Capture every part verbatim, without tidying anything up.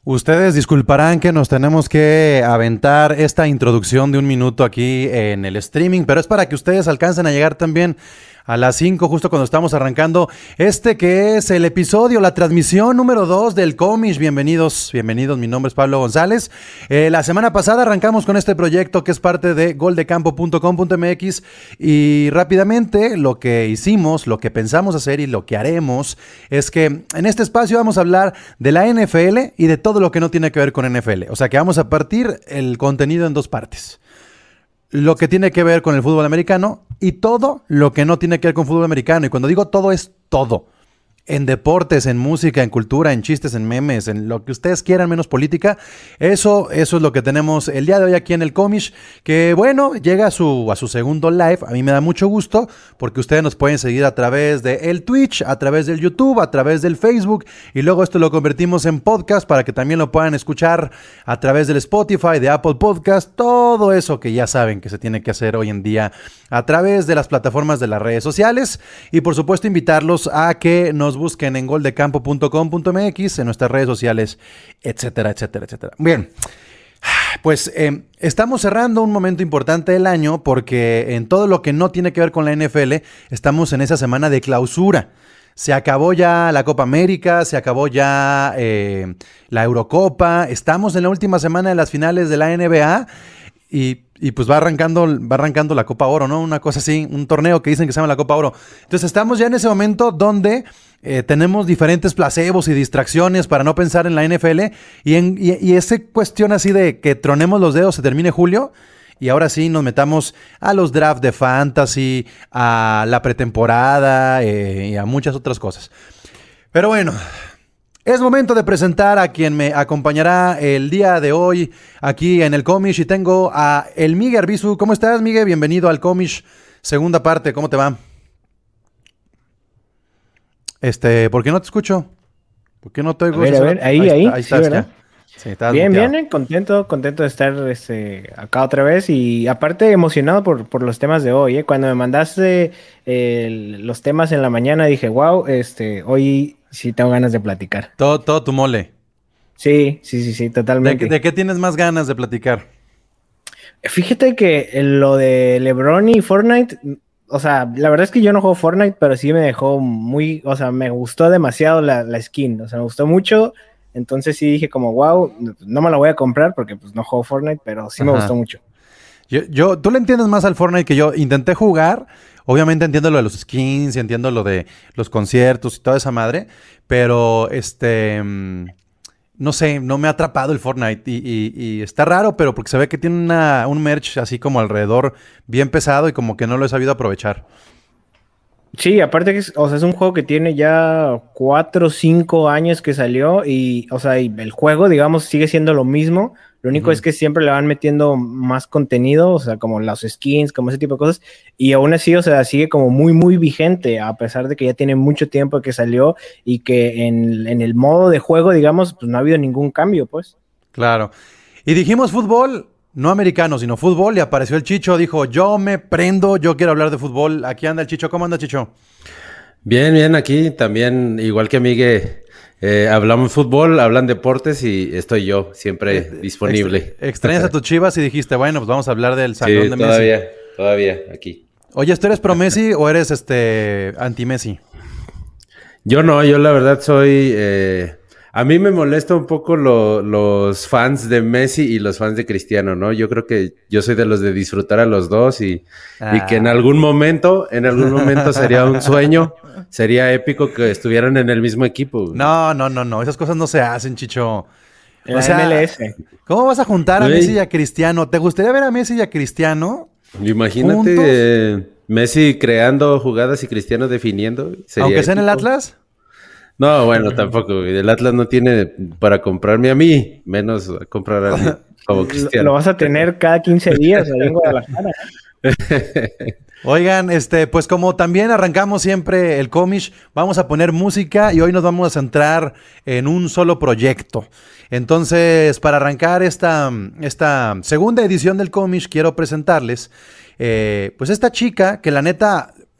Ustedes disculparán que nos tenemos que aventar esta introducción de un minuto aquí en el streaming, pero es para que ustedes alcancen a llegar también a las cinco, justo cuando estamos arrancando este que es el episodio, la transmisión número dos del Comish. Bienvenidos, bienvenidos, mi nombre es Pablo González. Eh, la semana pasada arrancamos con este proyecto que es parte de goldecampo punto com punto m x y rápidamente lo que hicimos, lo que pensamos hacer y lo que haremos es que en este espacio vamos a hablar de la N F L y de todo lo que no tiene que ver con N F L. O sea que vamos a partir el contenido en dos partes. Lo que tiene que ver con el fútbol americano y todo lo que no tiene que ver con fútbol americano. Y cuando digo todo, es todo. En deportes, en música, en cultura, en chistes, en memes, en lo que ustedes quieran, menos política. Eso, eso es lo que tenemos el día de hoy aquí en el Comish. Que bueno, llega a su, a su segundo live. A mí me da mucho gusto porque ustedes nos pueden seguir a través de el Twitch, a través del YouTube, a través del Facebook. Y luego esto lo convertimos en podcast para que también lo puedan escuchar a través del Spotify, de Apple Podcast. Todo eso que ya saben que se tiene que hacer hoy en día a través de las plataformas de las redes sociales. Y por supuesto invitarlos a que nos busquen en goldecampo punto com punto m x, en nuestras redes sociales, etcétera, etcétera, etcétera. Bien, pues eh, estamos cerrando un momento importante del año porque en todo lo que no tiene que ver con la N F L, estamos en esa semana de clausura. Se acabó ya la Copa América, se acabó ya eh, la Eurocopa, estamos en la última semana de las finales de la N B A y... Y pues va arrancando, va arrancando la Copa Oro, ¿no? Una cosa así, un torneo que dicen que se llama la Copa Oro. Entonces estamos ya en ese momento donde eh, tenemos diferentes placebos y distracciones para no pensar en la N F L. Y, en, y, y esa cuestión así de que tronemos los dedos, se termine julio. Y ahora sí nos metamos a los drafts de fantasy, a la pretemporada eh, y a muchas otras cosas. Pero bueno... Es momento de presentar a quien me acompañará el día de hoy aquí en el Comish y tengo a el Miguel Arbizu. ¿Cómo estás, Miguel? Bienvenido al Comish, segunda parte. ¿Cómo te va? Este, ¿por qué no te escucho? ¿Por qué no te oigo? A ver, a ver, ahí, ahí, ahí, está, ahí sí, estás, ya. Sí, estás bien, muteado. Bien, contento, contento de estar este, acá otra vez y aparte emocionado por, por los temas de hoy, ¿eh? Cuando me mandaste eh, los temas en la mañana dije, wow, este, hoy sí tengo ganas de platicar. Todo, todo tu mole. Sí, sí, sí, sí, totalmente. ¿De, ¿De qué tienes más ganas de platicar? Fíjate que lo de LeBron y Fortnite, o sea, la verdad es que yo no juego Fortnite, pero sí me dejó muy, o sea, me gustó demasiado la, la skin, o sea, me gustó mucho. Entonces sí dije como, wow, no me la voy a comprar porque pues no juego Fortnite, pero sí me Ajá. gustó mucho. Yo, yo, tú le entiendes más al Fortnite que yo. Intenté jugar, obviamente entiendo lo de los skins, entiendo lo de los conciertos y toda esa madre, pero este, no sé, no me ha atrapado el Fortnite y, y, y está raro, pero porque se ve que tiene una, un merch así como alrededor bien pesado y como que no lo he sabido aprovechar. Sí, aparte que es, o sea, es un juego que tiene ya cuatro o cinco años que salió y, o sea, y el juego, digamos, sigue siendo lo mismo. Lo único uh-huh. es que siempre le van metiendo más contenido, o sea, como los skins, como ese tipo de cosas. Y aún así, o sea, sigue como muy, muy vigente, a pesar de que ya tiene mucho tiempo que salió y que en, en el modo de juego, digamos, pues no ha habido ningún cambio, pues. Claro. Y dijimos fútbol... No americano, sino fútbol, y apareció el Chicho, dijo, yo me prendo, yo quiero hablar de fútbol. Aquí anda el Chicho. ¿Cómo anda, Chicho? Bien, bien, aquí también, igual que Miguel, eh, hablamos fútbol, hablan deportes y estoy yo siempre eh, disponible. Ext- extrañas a tus Chivas y dijiste, bueno, pues vamos a hablar del salón sí, de todavía, Messi. todavía, aquí. Oye, ¿tú eres pro Messi o eres este anti-Messi? Yo no, yo la verdad soy... Eh, A mí me molesta un poco lo, los fans de Messi y los fans de Cristiano, ¿no? Yo creo que yo soy de los de disfrutar a los dos y, ah. y que en algún momento, en algún momento sería un sueño, sería épico que estuvieran en el mismo equipo. No, no, no, no, esas cosas no se hacen, Chicho. O sea, M L S. ¿Cómo vas a juntar a Messi y a Cristiano? ¿Te gustaría ver a Messi y a Cristiano? Imagínate eh, Messi creando jugadas y Cristiano definiendo. Aunque sea en el Atlas. No, bueno, tampoco. El Atlas no tiene para comprarme a mí, menos comprar a mí como Cristiano. Lo vas a tener cada quince días ahí en Guadalajara. Oigan, este, pues como también arrancamos siempre el Comish, vamos a poner música y hoy nos vamos a centrar en un solo proyecto. Entonces, para arrancar esta, esta segunda edición del Comish, quiero presentarles, eh, pues esta chica que la neta...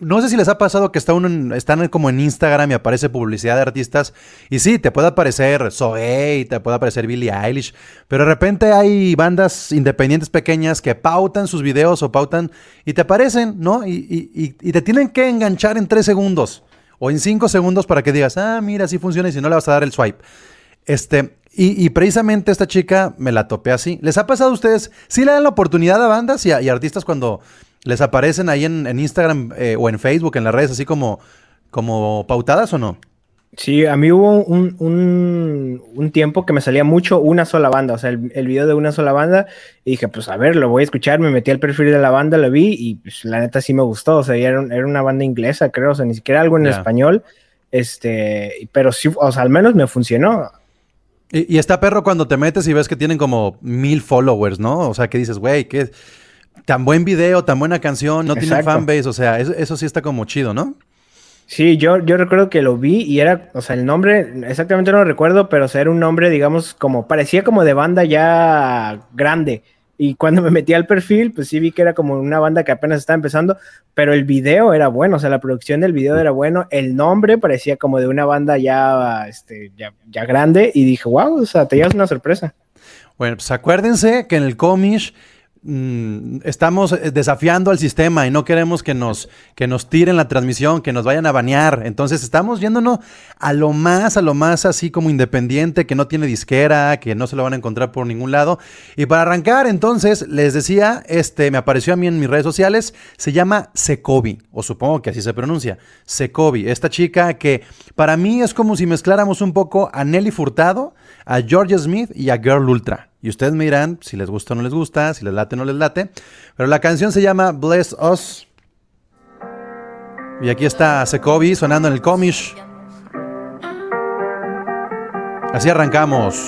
no sé si les ha pasado que está uno en, están como en Instagram y aparece publicidad de artistas y sí, te puede aparecer Zoé, te puede aparecer Billie Eilish, pero de repente hay bandas independientes pequeñas que pautan sus videos o pautan y te aparecen, ¿no? Y, y, y, y te tienen que enganchar en tres segundos o en cinco segundos para que digas, ah, mira, así funciona y si no le vas a dar el swipe. Este... Y, y precisamente esta chica me la topé así. ¿Les ha pasado a ustedes? ¿Sí le dan la oportunidad a bandas y, a, y artistas cuando les aparecen ahí en, en Instagram eh, o en Facebook, en las redes, así como, como pautadas o no? Sí, a mí hubo un, un, un tiempo que me salía mucho una sola banda, o sea, el, el video de una sola banda, y dije, pues a ver, lo voy a escuchar, me metí al perfil de la banda, lo vi, y pues la neta sí me gustó, o sea, era, un, era una banda inglesa, creo, o sea, ni siquiera algo en yeah. español, este, pero sí, o sea, al menos me funcionó. Y, y está perro cuando te metes y ves que tienen como mil followers, ¿no? O sea, que dices, güey, qué tan buen video, tan buena canción, no tienen fanbase, o sea, eso, eso sí está como chido, ¿no? Sí, yo, yo recuerdo que lo vi y era, o sea, el nombre, exactamente no lo recuerdo, pero o sea, era un nombre, digamos, como, parecía como de banda ya grande. Y cuando me metí al perfil, pues sí vi que era como una banda que apenas estaba empezando, pero el video era bueno, o sea, la producción del video era bueno, el nombre parecía como de una banda ya, este, ya, ya grande, y dije, wow, o sea, te llevas una sorpresa. Bueno, pues acuérdense que en el Comish mmm, estamos desafiando al sistema y no queremos que nos, que nos tiren la transmisión, que nos vayan a banear. Entonces estamos yéndonos a lo más, a lo más así como independiente, que no tiene disquera, que no se lo van a encontrar por ningún lado. Y para arrancar, entonces, les decía, este me apareció a mí en mis redes sociales, se llama Sekobi, o supongo que así se pronuncia, Sekobi. Esta chica que para mí es como si mezcláramos un poco a Nelly Furtado, a Georgia Smith y a Girl Ultra. Y ustedes me dirán si les gusta o no les gusta, si les late o no les late. Pero la canción se llama Bless Us. Y aquí está Sekobi sonando en el Comish. Así arrancamos.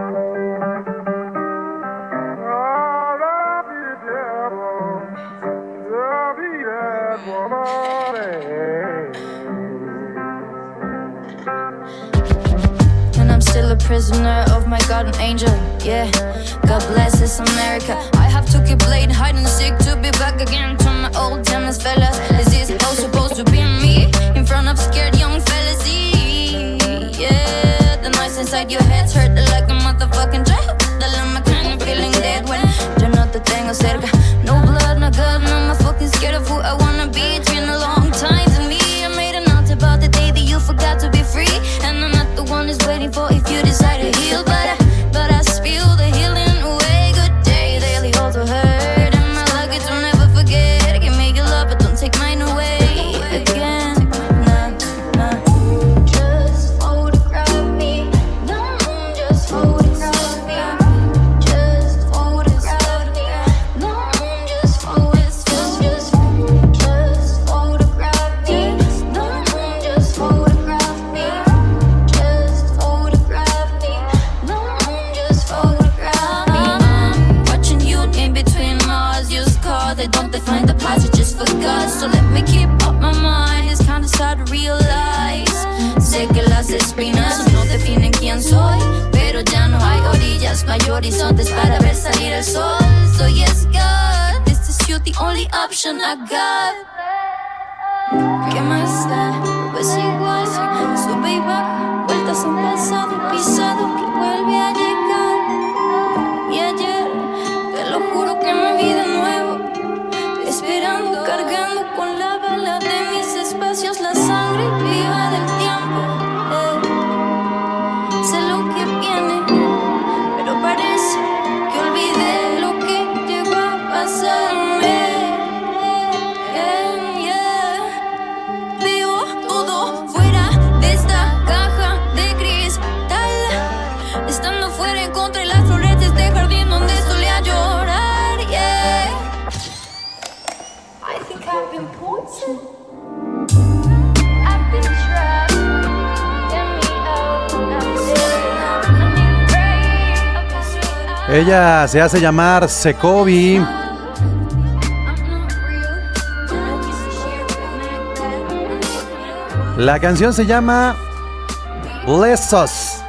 Prisoner of my God, an angel, yeah. God bless this America. I have to keep playing hide and seek to be back again to my old tennis fellas. Is this all supposed to be me in front of scared young fellas? Yeah, the noise inside your head's hurt like a motherfucking child. The llama kind of feeling dead when yo no te tengo cerca. No blood, no God, no, I'm fucking scared of who I wanna be. It's been a long time to me. I made a note about the day that you forgot to be free, and I'm not the one who's waiting for if you decide to heal, but I, but I spill the healing away. Good day, daily also hurt, and my lucky to never forget. I can make you love, but don't take mine away again. Nah, nah. Just photograph me, no, just photograph me. Just photograph me, no, just photograph, just, just, just photograph me, no, just photograph me. They don't define the passages for God, so let me keep up my mind. It's kinda sad to realize. Sé que las espinas no definen quién soy, pero ya no hay orillas, no hay horizontes para ver salir el sol. So yes, God, this is you, the only option I got. ¿Qué más da? Pues igual, sube y baja, vueltas a un pasado pisado que vuelve a llegar. Y ayer, te lo juro que me vi de nuevo, esperando, cargando con la bala de mis espacios, la sangre viva del tiempo. Eh. Sé lo que viene, pero parece que olvidé lo que llegó a pasarme. Eh, yeah. Veo todo fuera de esta caja de cristal, estando fuera encontré las flores de jardín donde solía llorar. Yeah. I've been poisoned. I've been trapped. Get me out. I'm dead. Ella se hace llamar Sekobi. La canción se llama Bless Us.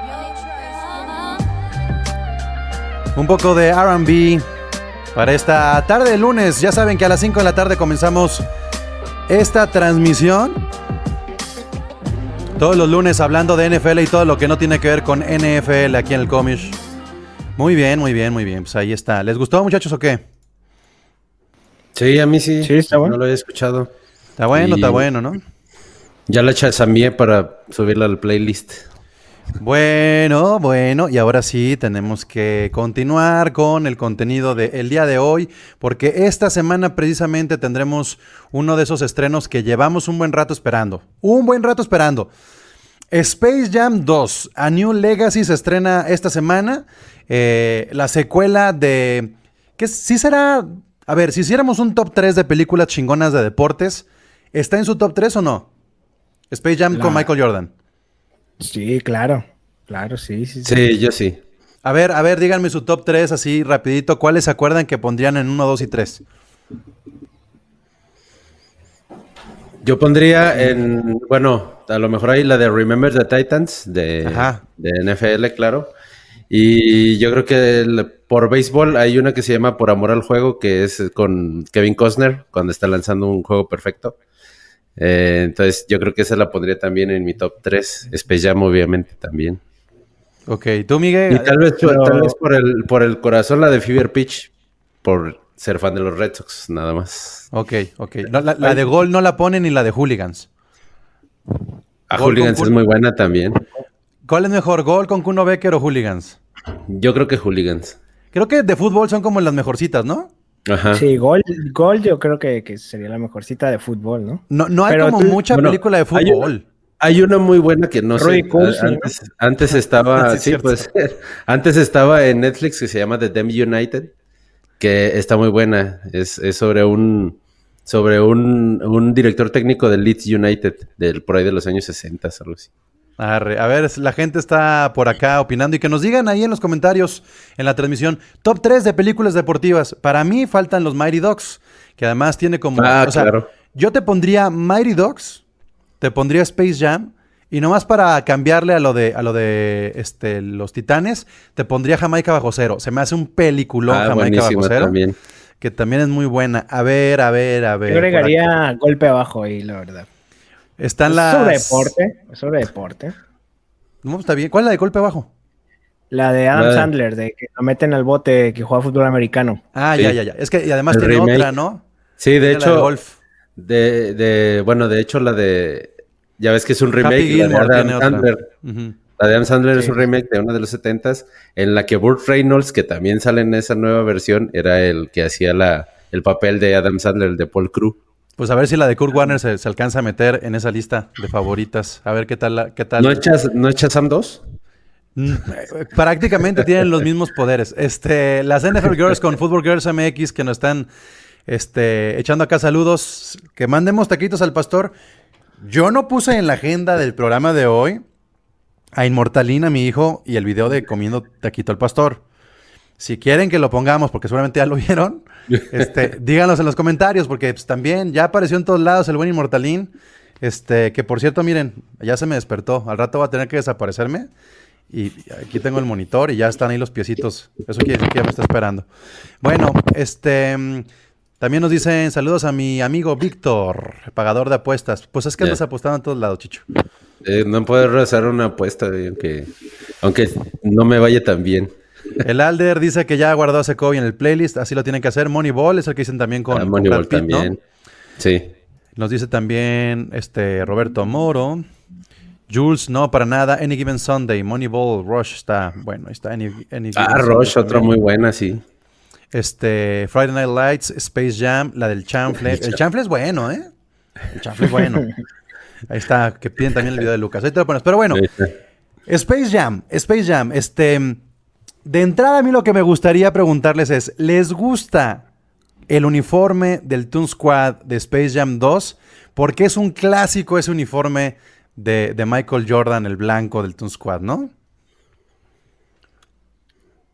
Un poco de R and B para esta tarde de lunes. Ya saben que a las cinco de la tarde comenzamos esta transmisión. Todos los lunes hablando de N F L y todo lo que no tiene que ver con N F L aquí en el Comish. Muy bien, muy bien, muy bien. Pues ahí está. ¿Les gustó, muchachos, o qué? Sí, a mí sí. Sí, está bueno. No lo había escuchado. Está bueno, Y está bueno, ¿no? Ya la chasambié para subirla al playlist. Bueno, bueno, y ahora sí tenemos que continuar con el contenido del día de hoy, porque esta semana precisamente tendremos uno de esos estrenos que llevamos un buen rato esperando. Un buen rato esperando. Space Jam dos, A New Legacy se estrena esta semana. Eh, la secuela de... ¿Qué sí será? A ver, si hiciéramos un top tres de películas chingonas de deportes, ¿está en su top tres o no? Space Jam La... con Michael Jordan. Sí, claro. Claro, sí, sí, sí. Sí, yo sí. A ver, a ver, díganme su top tres así rapidito. ¿Cuáles se acuerdan que pondrían en uno, dos y tres? Yo pondría en, bueno, a lo mejor ahí la de Remember the Titans de, de N F L, claro. Y yo creo que el, por béisbol hay una que se llama Por Amor al Juego, que es con Kevin Costner, cuando está lanzando un juego perfecto. Eh, entonces yo creo que esa la pondría también en mi top tres. Space Jam obviamente también. Ok, ¿tú, Miguel? Y tal vez, Pero... tal vez por el por el corazón la de Fever Pitch, por ser fan de los Red Sox, nada más. Ok, ok. No, la, la de Gol no la ponen ni la de Hooligans. A Hooligans es muy buena también. ¿Cuál es mejor, Gol con Kuno Becker o Hooligans? Yo creo que Hooligans. Creo que de fútbol son como las mejorcitas, ¿no? Ajá. Sí, Gol, Gol yo creo que, que sería la mejor cita de fútbol, ¿no? No, no hay Pero como tú, mucha bueno, película de fútbol. Hay una, hay una muy buena que no Rudy sé. Coulson, antes, ¿no? antes estaba, Sí, sí, pues, antes estaba en Netflix que se llama The Damn United, que está muy buena. Es, es sobre un sobre un, un director técnico del Leeds United, del por ahí de los años sesenta, algo así. Arre, a ver, la gente está por acá opinando y que nos digan ahí en los comentarios en la transmisión top tres de películas deportivas. Para mí faltan los Mighty Ducks, que además tiene como... Ah, o sea, claro. yo te pondría Mighty Ducks, te pondría Space Jam y nomás para cambiarle a lo de a lo de este los Titanes, te pondría Jamaica Bajo Cero. Se me hace un peliculón Ah, Jamaica Bajo Cero. También. Que también es muy buena. A ver, a ver, a ver. Yo agregaría Golpe Abajo ahí, la verdad. Están es las... sobre deporte, es sobre deporte. No, está bien. ¿Cuál es la de Golpe Abajo? La de Adam La de... Sandler, de que lo meten al bote, que juega fútbol americano. Ah, sí. ya, ya, ya. Es que y además El tiene remake. otra, ¿no? Sí, de tiene hecho... La de golf. De, de, bueno, de hecho la de... Ya ves que es un remake. Happy Gilmore la de tiene Adam Sandler. otra. Uh-huh. La de Adam Sandler Sí. es un remake de una de los setentas, en la que Burt Reynolds, que también sale en esa nueva versión, era el que hacía la, el papel de Adam Sandler, el de Paul Crew. Pues a ver si la de Kurt Warner se, se alcanza a meter en esa lista de favoritas. A ver qué tal. la- Qué tal. ¿No echas, ¿no echas Sam dos? Mm, eh, Prácticamente tienen los mismos poderes. Este, las N F L Girls con Football Girls M X que nos están este, echando acá saludos. Que mandemos taquitos al pastor. Yo no puse en la agenda del programa de hoy a Inmortalina, mi hijo, y el video de comiendo taquito al pastor. Si quieren que lo pongamos, porque seguramente ya lo vieron, este, díganos en los comentarios, porque pues, también ya apareció en todos lados el buen Inmortalín. Este, que por cierto, miren, ya se me despertó. Al rato va a tener que desaparecerme. Y aquí tengo el monitor y ya están ahí los piecitos. Eso quiere decir que ya me está esperando. Bueno, este... también nos dicen saludos a mi amigo Víctor, pagador de apuestas. Pues es que andas Yeah. apostando en todos lados, Chicho. Eh, no puedo rezar una apuesta, eh, aunque, aunque no me vaya tan bien. El Alder dice que ya guardó a Secovi en el playlist, así lo tienen que hacer. Moneyball es el que dicen también con, Ah, con Moneyball Brad Pitt, ¿no? también. Sí. Nos dice también este Roberto Moro. Jules, no, para nada. Any Given Sunday, Moneyball, Rush está, bueno, ahí está. Any, Any Ah, Given Rush, Sunday otra también. muy buena, sí. Este, Friday Night Lights, Space Jam, la del chanfle. El chanfle es bueno, ¿eh? El chanfle es bueno. Ahí está, que piden también el video de Lucas. Ahí te lo pones. Pero bueno, Sí. Space Jam, Space Jam. Este, de entrada a mí lo que me gustaría preguntarles es, ¿les gusta el uniforme del Toon Squad de Space Jam dos? Porque es un clásico ese uniforme de, de Michael Jordan, el blanco del Toon Squad, ¿no?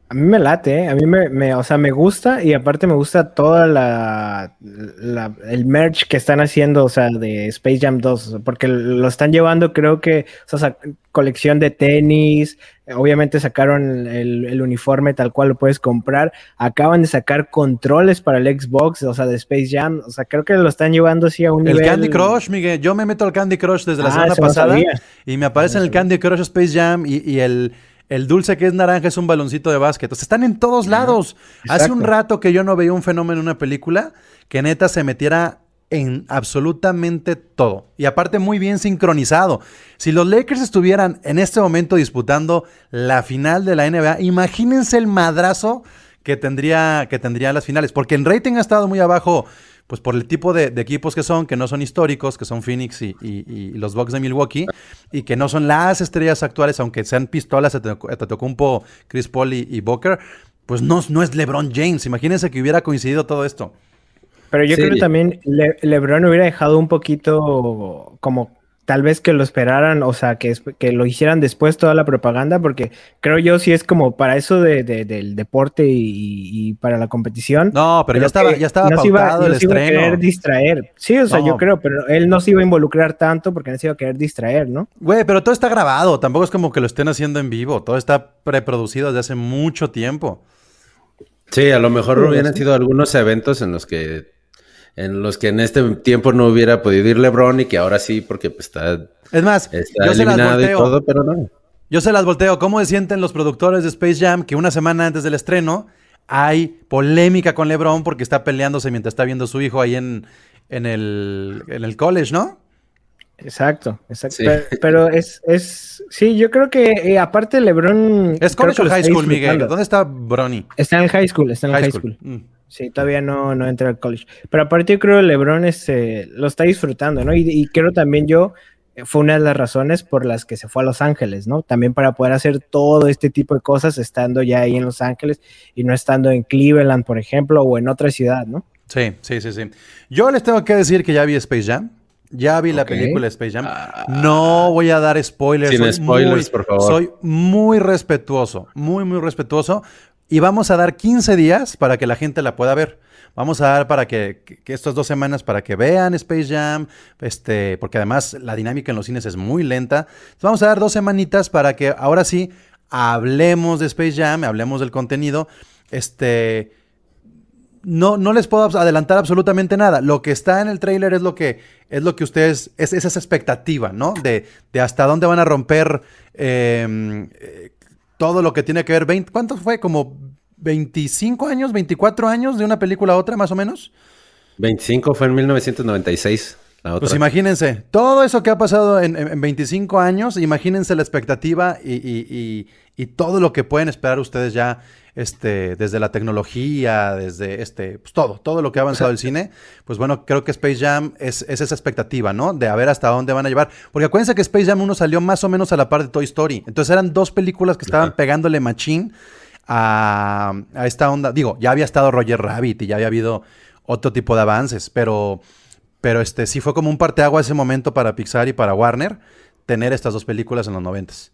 A mí me late, ¿eh? A mí me, me, o sea, me gusta y aparte me gusta toda la, la el merch que están haciendo, o sea, de Space Jam dos, porque lo están llevando, creo que, o sea, colección de tenis, obviamente sacaron el, el uniforme tal cual lo puedes comprar, acaban de sacar controles para el Xbox, o sea, de Space Jam, o sea, creo que lo están llevando así a un el nivel... El Candy Crush, Miguel, yo me meto al Candy Crush desde la ah, semana pasada no y me aparece en el Candy Crush Space Jam y, y el... El dulce que es naranja es un baloncito de básquet. O sea, están en todos lados. Exacto. Hace un rato que yo no veía un fenómeno en una película que neta se metiera en absolutamente todo. Y aparte muy bien sincronizado. Si los Lakers estuvieran en este momento disputando la final de la N B A, imagínense el madrazo que tendría, que tendría las finales. Porque en rating ha estado muy abajo, pues por el tipo de, de equipos que son, que no son históricos, que son Phoenix y, y, y los Bucks de Milwaukee, y que no son las estrellas actuales, aunque sean pistolas, Antetokounmpo, Chris Paul y, y Booker, pues no, no es LeBron James. Imagínense que hubiera coincidido todo esto. Pero yo sí. creo que también Le- LeBron hubiera dejado un poquito como... Tal vez que lo esperaran, o sea, que, que lo hicieran después toda la propaganda, porque creo yo sí es como para eso de, de, del deporte y, y para la competición. No, pero ya estaba, ya estaba no pautado iba, el no se iba a estreno. querer distraer. Sí, o sea, No. yo creo, pero él no se iba a involucrar tanto porque no se iba a querer distraer, ¿no? Güey, pero todo está grabado, tampoco es como que lo estén haciendo en vivo, todo está preproducido desde hace mucho tiempo. Sí, a lo mejor Sí, hubieran sí. sido algunos eventos en los que en los que en este tiempo no hubiera podido ir LeBron y que ahora sí, porque pues está, Es más, está yo se las eliminado y volteo. todo, pero no. Yo se las volteo. ¿Cómo se sienten los productores de Space Jam que una semana antes del estreno hay polémica con LeBron porque está peleándose mientras está viendo a su hijo ahí en, en, el, en el college, ¿no? Exacto, exacto. Sí. Pero, pero es, es, sí, yo creo que eh, aparte LeBron... ¿Es creo college que o lo high está school, Miguel? disfrutando. ¿Dónde está Bronny? Está en el high school, está en el high school. Mm. Sí, todavía no, no entra al college. Pero aparte yo creo que LeBron este, lo está disfrutando, ¿no? Y, y creo también yo, eh, fue una de las razones por las que se fue a Los Ángeles, ¿no? También para poder hacer todo este tipo de cosas estando ya ahí en Los Ángeles y no estando en Cleveland, por ejemplo, o en otra ciudad, ¿no? Sí, sí, sí, sí. Yo les tengo que decir que ya vi Space Jam. Ya vi la Ok. película Space Jam. No voy a dar spoilers. Sin Soy spoilers, muy- por favor. Soy muy respetuoso, muy, muy respetuoso. Y vamos a dar quince días para que la gente la pueda ver. Vamos a dar para que, que, que estas dos semanas para que vean Space Jam, este, porque además la dinámica en los cines es muy lenta. Entonces vamos a dar dos semanitas para que ahora sí hablemos de Space Jam, hablemos del contenido. Este, no, no les puedo adelantar absolutamente nada. Lo que está en el tráiler es lo que es lo que ustedes es, es esa expectativa, ¿no? De, de hasta dónde van a romper eh, eh, todo lo que tiene que ver. veinte, ¿cuánto fue? Como veinticinco años, veinticuatro años de una película a otra, más o menos. veinticinco fue en mil novecientos noventa y seis, la otra. Pues imagínense, todo eso que ha pasado en, en- en veinticinco años, imagínense la expectativa y, y- y- y todo lo que pueden esperar ustedes ya este, desde la tecnología, desde este, pues todo, todo lo que ha avanzado el cine. Pues bueno, creo que Space Jam es, es esa expectativa, ¿no? De a ver hasta dónde van a llevar. Porque acuérdense que Space Jam uno salió más o menos a la par de Toy Story. Entonces eran dos películas que estaban Ajá. pegándole machín a, a esta onda. Digo, ya había estado Roger Rabbit y ya había habido otro tipo de avances, pero... Pero este sí fue como un parteaguas ese momento para Pixar y para Warner tener estas dos películas en los noventas.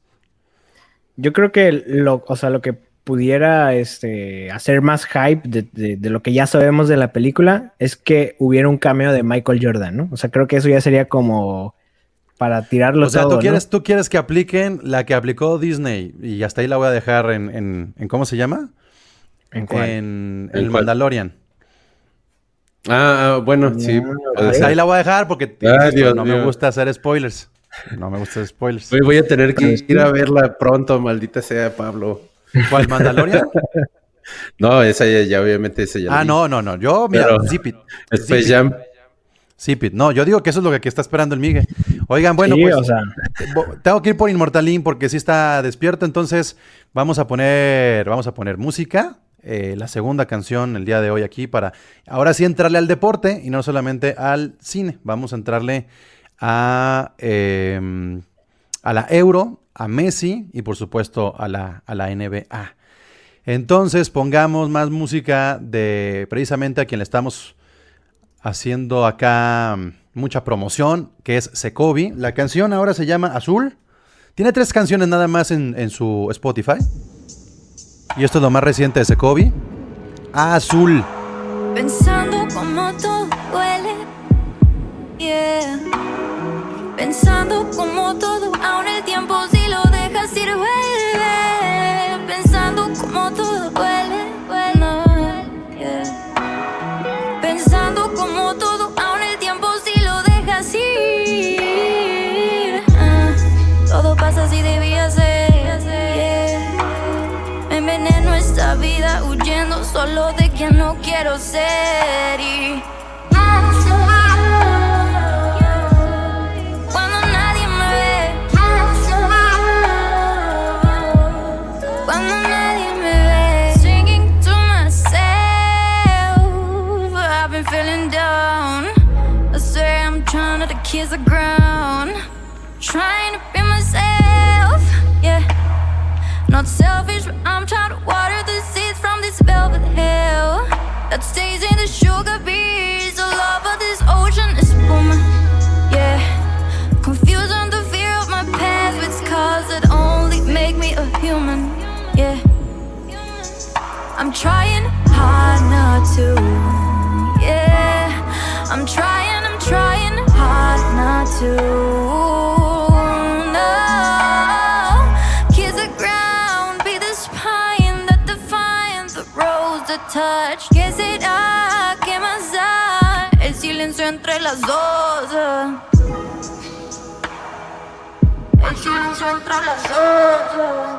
Yo creo que lo, o sea, lo que pudiera este, hacer más hype de, de- de lo que ya sabemos de la película es que hubiera un cameo de Michael Jordan, ¿no? O sea, creo que eso ya sería como para tirarlo O sea, todo, tú ¿no? quieres, tú quieres que apliquen la que aplicó Disney y hasta ahí la voy a dejar en, en, en ¿cómo se llama? ¿En cuál? En, ¿En El cuál? Mandalorian. Ah, ah, bueno, sí. Ah, puede Hasta ser. ahí la voy a dejar porque Ah, insisto, Dios no me mío. gusta hacer spoilers. No me gusta hacer spoilers. Hoy voy a tener que ir a verla pronto, maldita sea, Pablo. ¿Cuál Mandalorian? No, esa ya, ya obviamente esa ya la Ah, vi. no, no, no. Yo, mira, Pero- zip it. Space Zip it. Jam. Zip it. No, yo digo que eso es lo que, que está esperando el Miguel. Oigan, bueno, Sí, pues o sea, bo- tengo que ir por Inmortalín porque sí está despierto, entonces vamos a poner, vamos a poner música, eh, la segunda canción el día de hoy aquí para ahora sí entrarle al deporte y no solamente al cine. Vamos a entrarle a, eh, a la Euro, a Messi y por supuesto a la, a la N B A. Entonces pongamos más música de precisamente a quien le estamos haciendo acá mm, mucha promoción, que es Secovi. La canción ahora se llama Azul. Tiene tres canciones nada más en, en su Spotify. Y esto es lo más reciente de Secovi. Azul. Pensando como todo duele, yeah. Pensando como todo, aún el tiempo si lo dejas ir vuelve. Pensando como todo duele, duele, yeah. Pensando como todo, aún el tiempo si lo dejas ir. uh, Todo pasa así debía ser, yeah. Me enveneno esta vida huyendo solo de quien no quiero ser y cuando nadie me ve, cuando nadie me ve, singing to myself, I've been feeling down. I swear I'm trying to kiss the ground, trying to be myself, yeah. Not selfish, but I'm trying to water the seeds from this velvet hell that stays in the sugar beets. The love of this ocean is booming, yeah. Confused on the fear of my past with scars that only make me a human, yeah. I'm trying hard not to, yeah. I'm trying, I'm trying hard not to. Touch, ¿qué será? ¿Qué más da? El silencio entre las dos. El silencio entre las dos.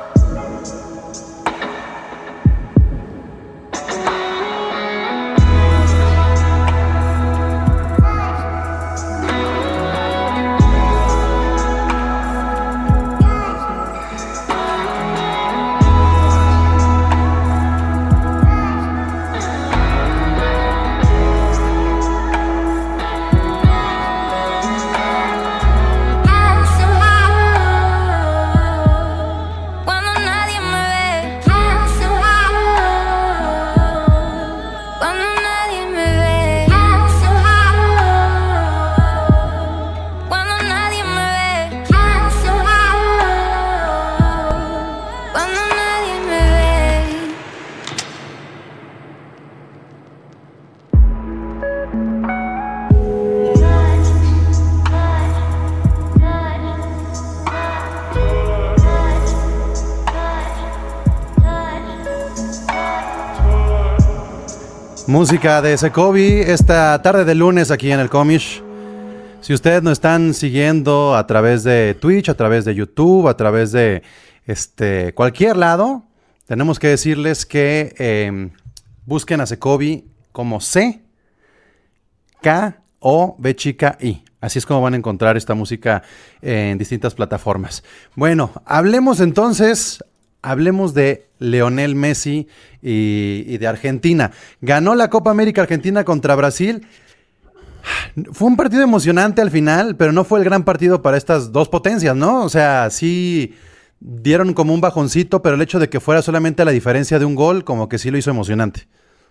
Música de Secovi esta tarde de lunes aquí en el Comish. Si ustedes nos están siguiendo a través de Twitch, a través de YouTube, a través de este cualquier lado, tenemos que decirles que eh, busquen a Secovi como C K O B chica I. Así es como van a encontrar esta música en distintas plataformas. Bueno, hablemos entonces... Hablemos de Lionel Messi y, y de Argentina. Ganó la Copa América Argentina contra Brasil. Fue un partido emocionante al final, pero no fue el gran partido para estas dos potencias, ¿no? O sea, sí dieron como un bajoncito, pero el hecho de que fuera solamente la diferencia de un gol, como que sí lo hizo emocionante.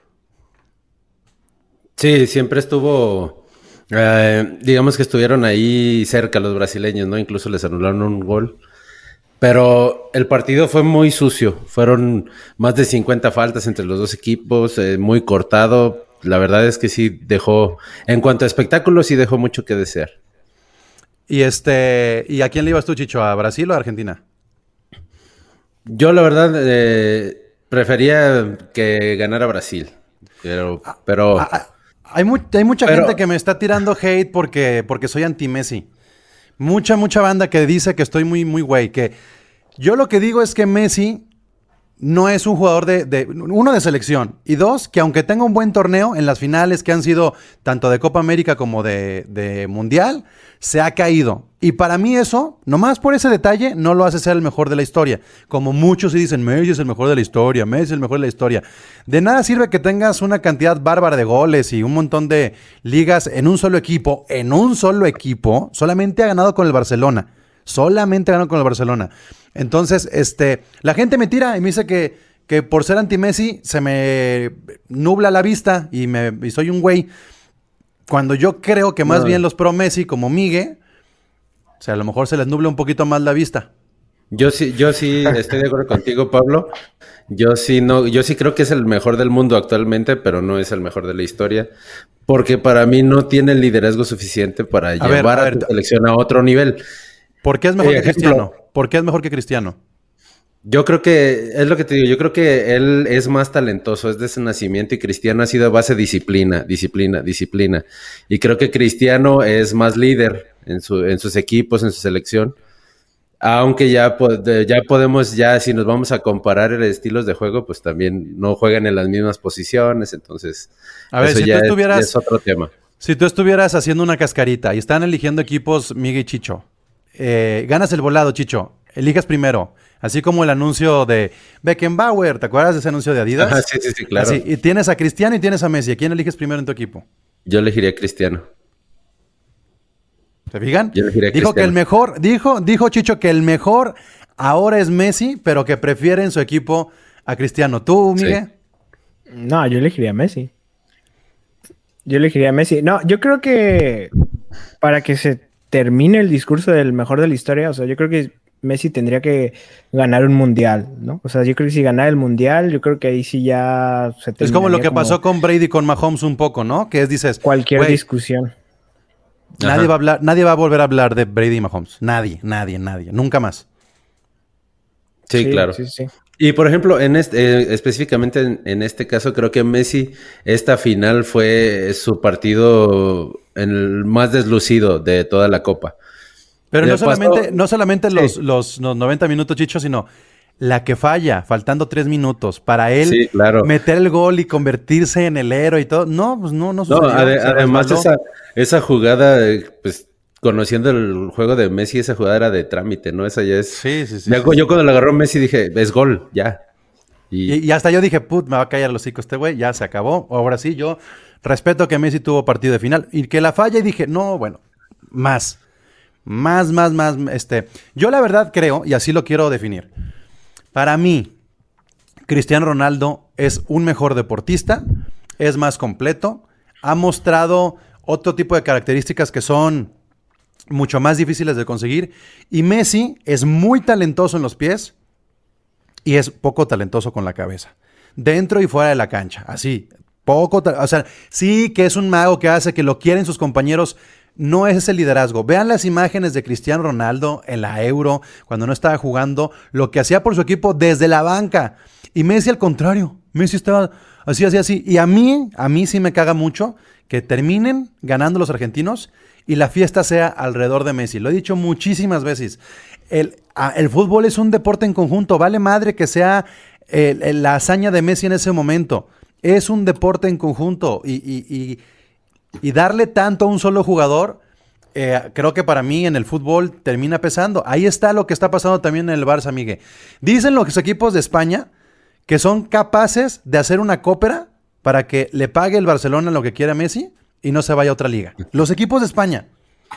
Sí, siempre estuvo... Eh, digamos que estuvieron ahí cerca los brasileños, ¿no? Incluso les anularon un gol. Pero el partido fue muy sucio, fueron más de cincuenta faltas entre los dos equipos, eh, muy cortado. La verdad es que sí dejó, en cuanto a espectáculo, sí dejó mucho que desear. ¿Y este y a quién le ibas tú, Chicho? ¿A Brasil o a Argentina? Yo la verdad eh, prefería que ganara Brasil, pero... pero ah, ah, hay, mu- hay mucha pero, gente que me está tirando hate porque, porque soy anti-Messi. Mucha, mucha banda que dice que estoy muy, muy güey. Que yo lo que digo es que Messi no es un jugador de, de... Uno, de selección. Y dos, que aunque tenga un buen torneo en las finales que han sido tanto de Copa América como de, de Mundial, se ha caído. Y para mí eso, nomás por ese detalle, no lo hace ser el mejor de la historia. Como muchos sí dicen, Messi es el mejor de la historia, Messi es el mejor de la historia. De nada sirve que tengas una cantidad bárbara de goles y un montón de ligas en un solo equipo. En un solo equipo, solamente ha ganado con el Barcelona. Solamente ganó con el Barcelona. Entonces, este, la gente me tira y me dice que, que por ser anti-Messi se me nubla la vista y, me, y soy un güey. Cuando yo creo que más no. bien los pro Messi, como Migue, o sea, a lo mejor se les nubla un poquito más la vista. Yo sí, yo sí estoy de acuerdo contigo, Pablo. Yo sí no, yo sí creo que es el mejor del mundo actualmente, pero no es el mejor de la historia, porque para mí no tiene el liderazgo suficiente para A llevar ver, a a, ver, tu selección a otro nivel. ¿por qué es mejor Eh, que ejemplo, Cristiano? ¿Por qué es mejor que Cristiano? Yo creo que, es lo que te digo, yo creo que él es más talentoso, es de ese nacimiento y Cristiano ha sido a base de disciplina, disciplina, disciplina. Y creo que Cristiano es más líder en, su, en sus equipos, en su selección. Aunque ya, po- de- ya podemos, ya si nos vamos a comparar el estilos de juego, pues también no juegan en las mismas posiciones, entonces A ver, eso si tú ya es, ya estuvieras, es otro tema. si tú estuvieras haciendo una cascarita y están eligiendo equipos Miguel y Chicho, eh, ganas el volado, Chicho, eliges primero, así como el anuncio de Beckenbauer, ¿te acuerdas de ese anuncio de Adidas? Ajá, sí, sí, sí, claro. Así, y tienes a Cristiano y tienes a Messi, ¿a quién eliges primero en tu equipo? Yo elegiría a Cristiano. ¿Se fijan? Yo elegiría a Dijo que el Cristiano. mejor, dijo, dijo Chicho que el mejor ahora es Messi, pero que prefiere en su equipo a Cristiano. ¿Tú, Sí. Miguel? No, yo elegiría a Messi. Yo elegiría a Messi. No, yo creo que para que se termine el discurso del mejor de la historia, o sea, yo creo que Messi tendría que ganar un mundial, ¿no? O sea, yo creo que si ganara el mundial, yo creo que ahí sí ya se Es como lo que terminaría pasó con Brady con Mahomes un poco, ¿no? Que es, dices, cualquier güey, discusión. nadie Ajá. va a hablar, nadie va a volver a hablar de Brady y Mahomes. Nadie, nadie, nadie. Nunca más. Sí, claro. Sí, sí. Y por ejemplo, en este, eh, específicamente en, en este caso, creo que Messi, esta final fue su partido en el más deslucido de toda la Copa. Pero Le no pasó- solamente, no solamente Sí. los, los, los noventa minutos, Chicho, sino la que falla, faltando tres minutos, para él Sí, claro. meter el gol y convertirse en el héroe y todo. No, pues no, no No, sucedió. ade- Se además resbaló. esa, esa jugada, eh, pues conociendo el juego de Messi, esa jugada era de trámite, ¿no? Esa ya es... Sí, sí, sí. Me sí, acuerdo- sí. yo cuando la agarró Messi dije, es gol, ya. Y, Y, y hasta yo dije, put, me va a callar el hocico este güey, ya se acabó. Ahora sí, yo respeto que Messi tuvo partido de final. Y que la falla y dije, no, bueno, más. Más, más, más. Este. Yo la verdad creo, y así lo quiero definir. Para mí, Cristiano Ronaldo es un mejor deportista, es más completo, ha mostrado otro tipo de características que son mucho más difíciles de conseguir. Y Messi es muy talentoso en los pies y es poco talentoso con la cabeza. Dentro y fuera de la cancha, así. Poco, ta- o sea, sí que es un mago que hace que lo quieren sus compañeros. No es ese liderazgo. Vean las imágenes de Cristiano Ronaldo en la Euro, cuando no estaba jugando, lo que hacía por su equipo desde la banca. Y Messi al contrario. Messi estaba así, así, así. Y a mí, a mí sí me caga mucho que terminen ganando los argentinos y la fiesta sea alrededor de Messi. Lo he dicho muchísimas veces. El, a- el fútbol es un deporte en conjunto. Vale madre que sea el- el- la hazaña de Messi en ese momento. Es un deporte en conjunto. Y, y- y- y darle tanto a un solo jugador, eh, creo que para mí en el fútbol termina pesando. Ahí está lo que está pasando también en el Barça, Miguel. Dicen los equipos de España que son capaces de hacer una cópera para que le pague el Barcelona lo que quiera Messi y no se vaya a otra liga. Los equipos de España.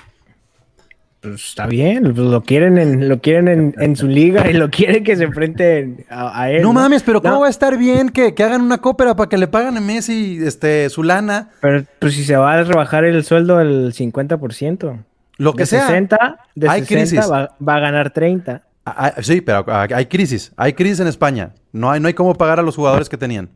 Pues está bien, pues lo quieren en, lo quieren en, en su liga y lo quieren que se enfrente a, a él. No mames, pero ¿cómo No, va a estar bien que, que hagan una cópera para que le paguen a Messi este, su lana? Pero pues si se va a rebajar el sueldo al cincuenta por ciento. Lo que de sea. sesenta, de Hay sesenta crisis. va, va a ganar treinta. Ah, ah, sí, pero ah, hay crisis. Hay crisis en España. No hay, no hay cómo pagar a los jugadores que tenían.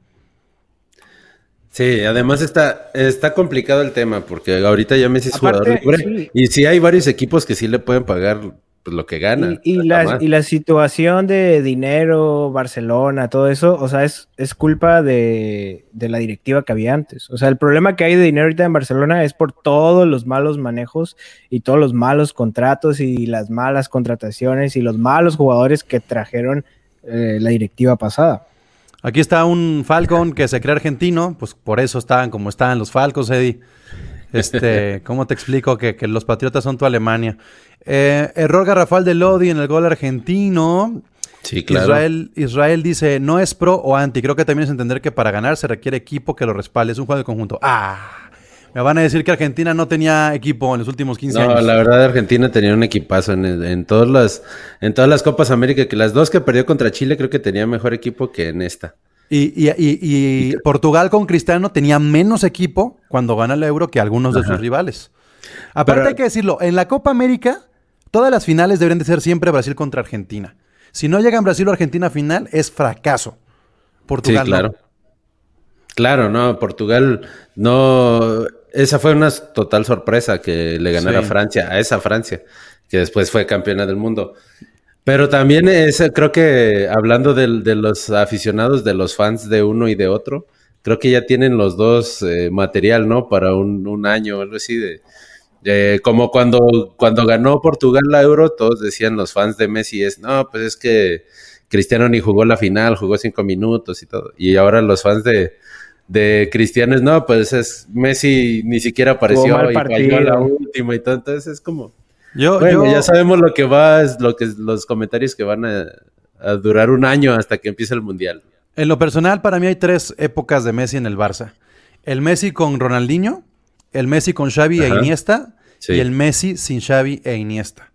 sí, además está, está complicado el tema, porque ahorita ya Messi es Aparte, jugador libre. sí. Y sí hay varios equipos que sí le pueden pagar pues, lo que gana. Y, y nada la, más. y la situación de dinero, Barcelona, todo eso, o sea, es, es culpa de, de la directiva que había antes. O sea, el problema que hay de dinero ahorita en Barcelona es por todos los malos manejos y todos los malos contratos y las malas contrataciones y los malos jugadores que trajeron eh, la directiva pasada. Aquí está un Falcon que se cree argentino, pues por eso estaban como estaban los Falcons, Eddie. Este, ¿cómo te explico que, que los Patriotas son tu Alemania? Eh, error garrafal de Lodi en el gol argentino. Sí, claro. Israel, Israel dice, no es pro o anti. Creo que también es entender que para ganar se requiere equipo que lo respalde. Es un juego de conjunto. ¡Ah! Me van a decir que Argentina no tenía equipo en los últimos quince No, años. la verdad Argentina tenía un equipazo en, en todas las en todas las Copas América, que las dos que perdió contra Chile creo que tenía mejor equipo que en esta. Y, y- y- y Portugal con Cristiano tenía menos equipo cuando gana el Euro que algunos de Ajá. sus rivales. Aparte Pero- hay que decirlo, en la Copa América todas las finales deberían de ser siempre Brasil contra Argentina. Si no llegan Brasil o Argentina a final, es fracaso. Portugal sí, claro. no. Claro, no, Portugal no... Esa fue una total sorpresa que le ganara Sí. a Francia, a esa Francia, que después fue campeona del mundo. Pero también es, creo que hablando de, de los aficionados, de los fans de uno y de otro, creo que ya tienen los dos eh, material, ¿no? Para un, un año o algo así de... Eh, como cuando, cuando ganó Portugal la Euro, todos decían los fans de Messi, es, no, pues es que Cristiano ni jugó la final, jugó cinco minutos y todo. Y ahora los fans de, de Cristiano es, no, pues es Messi ni siquiera apareció y falló la última y todo. Entonces es como, Yo, bueno, yo, ya sabemos lo que va, es lo que los comentarios que van a, a durar un año hasta que empiece el Mundial. En lo personal, para mí hay tres épocas de Messi en el Barça. El Messi con Ronaldinho, el Messi con Xavi Ajá. e Iniesta Sí. y el Messi sin Xavi e Iniesta.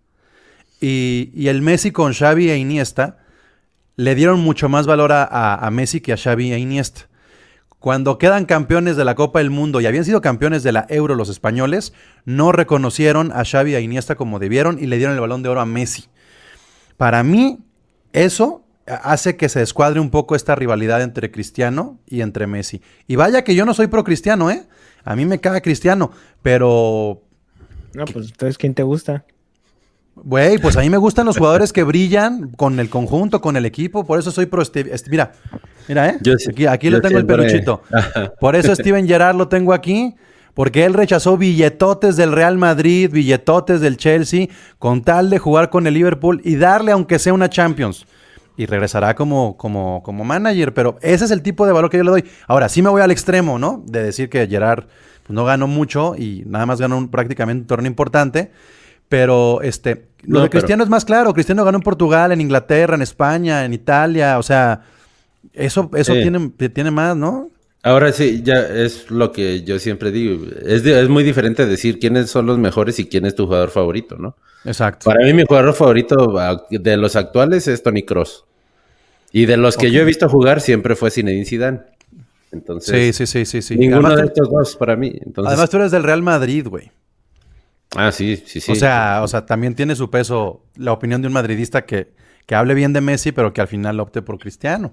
Y, y el Messi con Xavi e Iniesta le dieron mucho más valor a, a, a Messi que a Xavi e Iniesta. Cuando quedan campeones de la Copa del Mundo y habían sido campeones de la Euro los españoles, no reconocieron a Xavi e Iniesta como debieron y le dieron el Balón de Oro a Messi. Para mí, eso hace que se descuadre un poco esta rivalidad entre Cristiano y entre Messi. Y vaya que yo no soy pro Cristiano, ¿eh? A mí me caga Cristiano, pero... No, pues entonces, ¿quién te gusta? Güey, pues a mí me gustan los jugadores que brillan con el conjunto, con el equipo. Por eso soy pro Steve. Este, mira, mira, ¿eh? Yo sí- aquí aquí yo lo tengo siempre- el peluchito. Por eso Steven Gerrard lo tengo aquí. Porque él rechazó billetotes del Real Madrid, billetotes del Chelsea, con tal de jugar con el Liverpool y darle aunque sea una Champions. Y regresará como, como, como manager. Pero ese es el tipo de valor que yo le doy. Ahora, sí me voy al extremo, ¿no? De decir que Gerrard pues, no ganó mucho y nada más ganó un, prácticamente un torneo importante. Pero este, lo No, de Cristiano pero- es más claro. Cristiano ganó en Portugal, en Inglaterra, en España, en Italia. O sea, eso, eso Sí. tiene, tiene más, ¿no? Ahora sí, ya es lo que yo siempre digo. Es, de- es muy diferente decir quiénes son los mejores y quién es tu jugador favorito, ¿no? Exacto. Para mí mi jugador favorito ah, de los actuales es Toni Kroos. Y de los que Ok. yo he visto jugar siempre fue Zinedine Zidane. Entonces, Sí, sí, sí, sí, sí. ninguno Además, de tú, estos dos para mí. Entonces, además tú eres del Real Madrid, güey. ah, sí, sí, sí. O sea, o sea, también tiene su peso la opinión de un madridista que, que hable bien de Messi, pero que al final opte por Cristiano.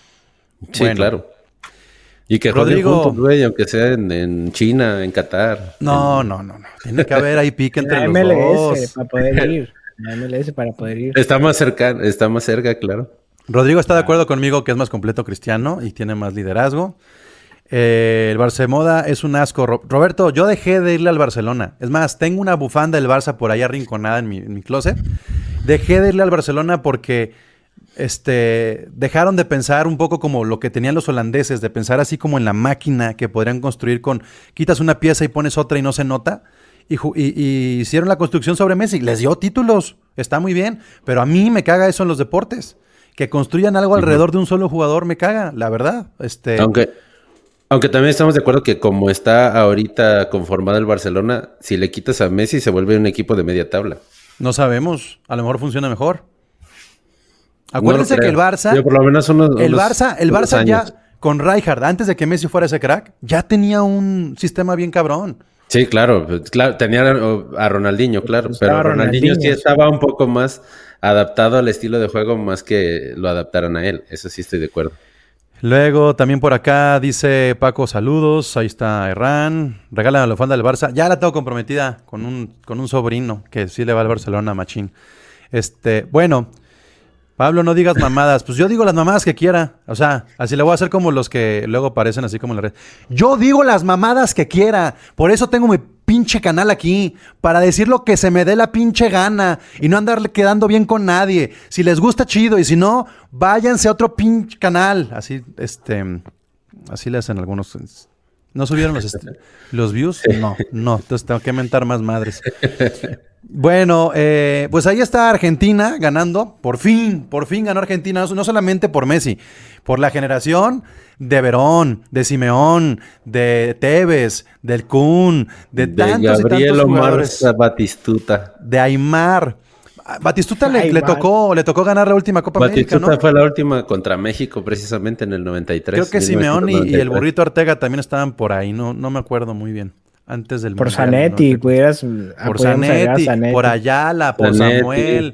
sí, bueno. claro. Y que Rodrigo- jueguen juntos, güey, aunque sea en, en China, en Qatar. No, no, no, no. Tiene que haber ahí pique entre La los M L S dos. para poder ir. La M L S para poder ir. Está más cerca, está más cerca, claro. Rodrigo está de acuerdo conmigo que es más completo Cristiano y tiene más liderazgo. Eh, el Barcemoda es un asco. Ro- Roberto, yo dejé de irle al Barcelona. Es más, tengo una bufanda del Barça por ahí arrinconada en mi, en mi closet. Dejé de irle al Barcelona porque este, dejaron de pensar un poco como lo que tenían los holandeses, de pensar así como en la máquina que podrían construir con quitas una pieza y pones otra y no se nota. Y, ju- y- y hicieron la construcción sobre Messi. Les dio títulos. Está muy bien. Pero a mí me caga eso en los deportes. Que construyan algo alrededor de un solo jugador me caga, la verdad. Este, Aunque, aunque también estamos de acuerdo que como está ahorita conformado el Barcelona, si le quitas a Messi se vuelve un equipo de media tabla. no sabemos. A lo mejor funciona mejor. No Acuérdense lo que el creo. Barça, Yo por lo menos unos, el unos- Barça, el unos Barça ya años. con Rijkaard, antes de que Messi fuera ese crack, ya tenía un sistema bien cabrón. Sí, claro, pues, claro, tenía a, a Ronaldinho, claro, Estaba pero Ronaldinho, sí Ronaldinho, sí. estaba un poco más adaptado al estilo de juego más que lo adaptaran a él. Eso sí estoy de acuerdo. Luego también por acá dice Paco, saludos. Ahí está Herrán. Regálame la bufanda del Barça. Ya la tengo comprometida con un, con un sobrino que sí le va al Barcelona, machín. Este, bueno, Pablo, no digas mamadas. Pues yo digo las mamadas que quiera. O sea, así le voy a hacer como los que luego aparecen así como en la red. Yo digo las mamadas que quiera. Por eso tengo mi pinche canal aquí. Para decir lo que se me dé la pinche gana. Y no andar quedando bien con nadie. Si les gusta, chido. Y si no, váyanse a otro pinche canal. Así, este... Así le hacen algunos... ¿No subieron los, est- los views? No, no. Entonces tengo que mentar más madres. Bueno, eh, pues ahí está Argentina ganando. Por fin, por fin ganó Argentina. No, no solamente por Messi, por la generación de Verón, de Simeón, de Tevez, del Kun, de, De tantos y Gabriel tantos Omar jugadores. Batistuta. De Aymar. A Batistuta le, le Aymar. tocó, le tocó ganar la última Copa América, Batistuta ¿no? fue la última contra México precisamente en el noventa y tres. Creo que mil Simeón y, novecientos y el noventa y tres. burrito Ortega también estaban por ahí. No, no me acuerdo muy bien. Antes del Por Mundial, Zanetti, ¿no? pudieras. Por podríamos agregar a Zanetti, Zanetti. por Ayala, por Zanetti. Samuel,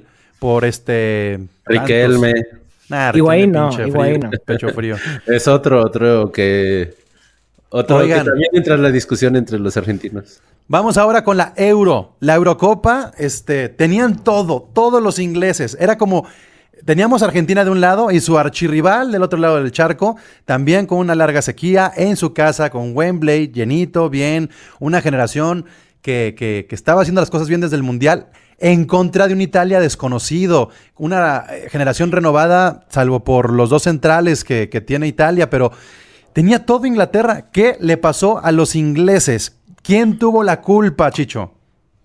por este... Riquelme. Nah, Higuaín no, pinche Higuaín frío, no. pecho frío. Es otro, otro que... Otro Oigan. que también entra en la discusión entre los argentinos. Vamos ahora con la Euro. La Eurocopa, este, tenían todo, todos los ingleses. Era como... Teníamos Argentina de un lado y su archirrival del otro lado del charco, también con una larga sequía, en su casa, con Wembley, llenito, bien, una generación que, que, que estaba haciendo las cosas bien desde el Mundial, en contra de un Italia desconocido, una generación renovada, salvo por los dos centrales que, que tiene Italia, pero tenía todo Inglaterra. ¿Qué le pasó a los ingleses? ¿Quién tuvo la culpa, Chicho?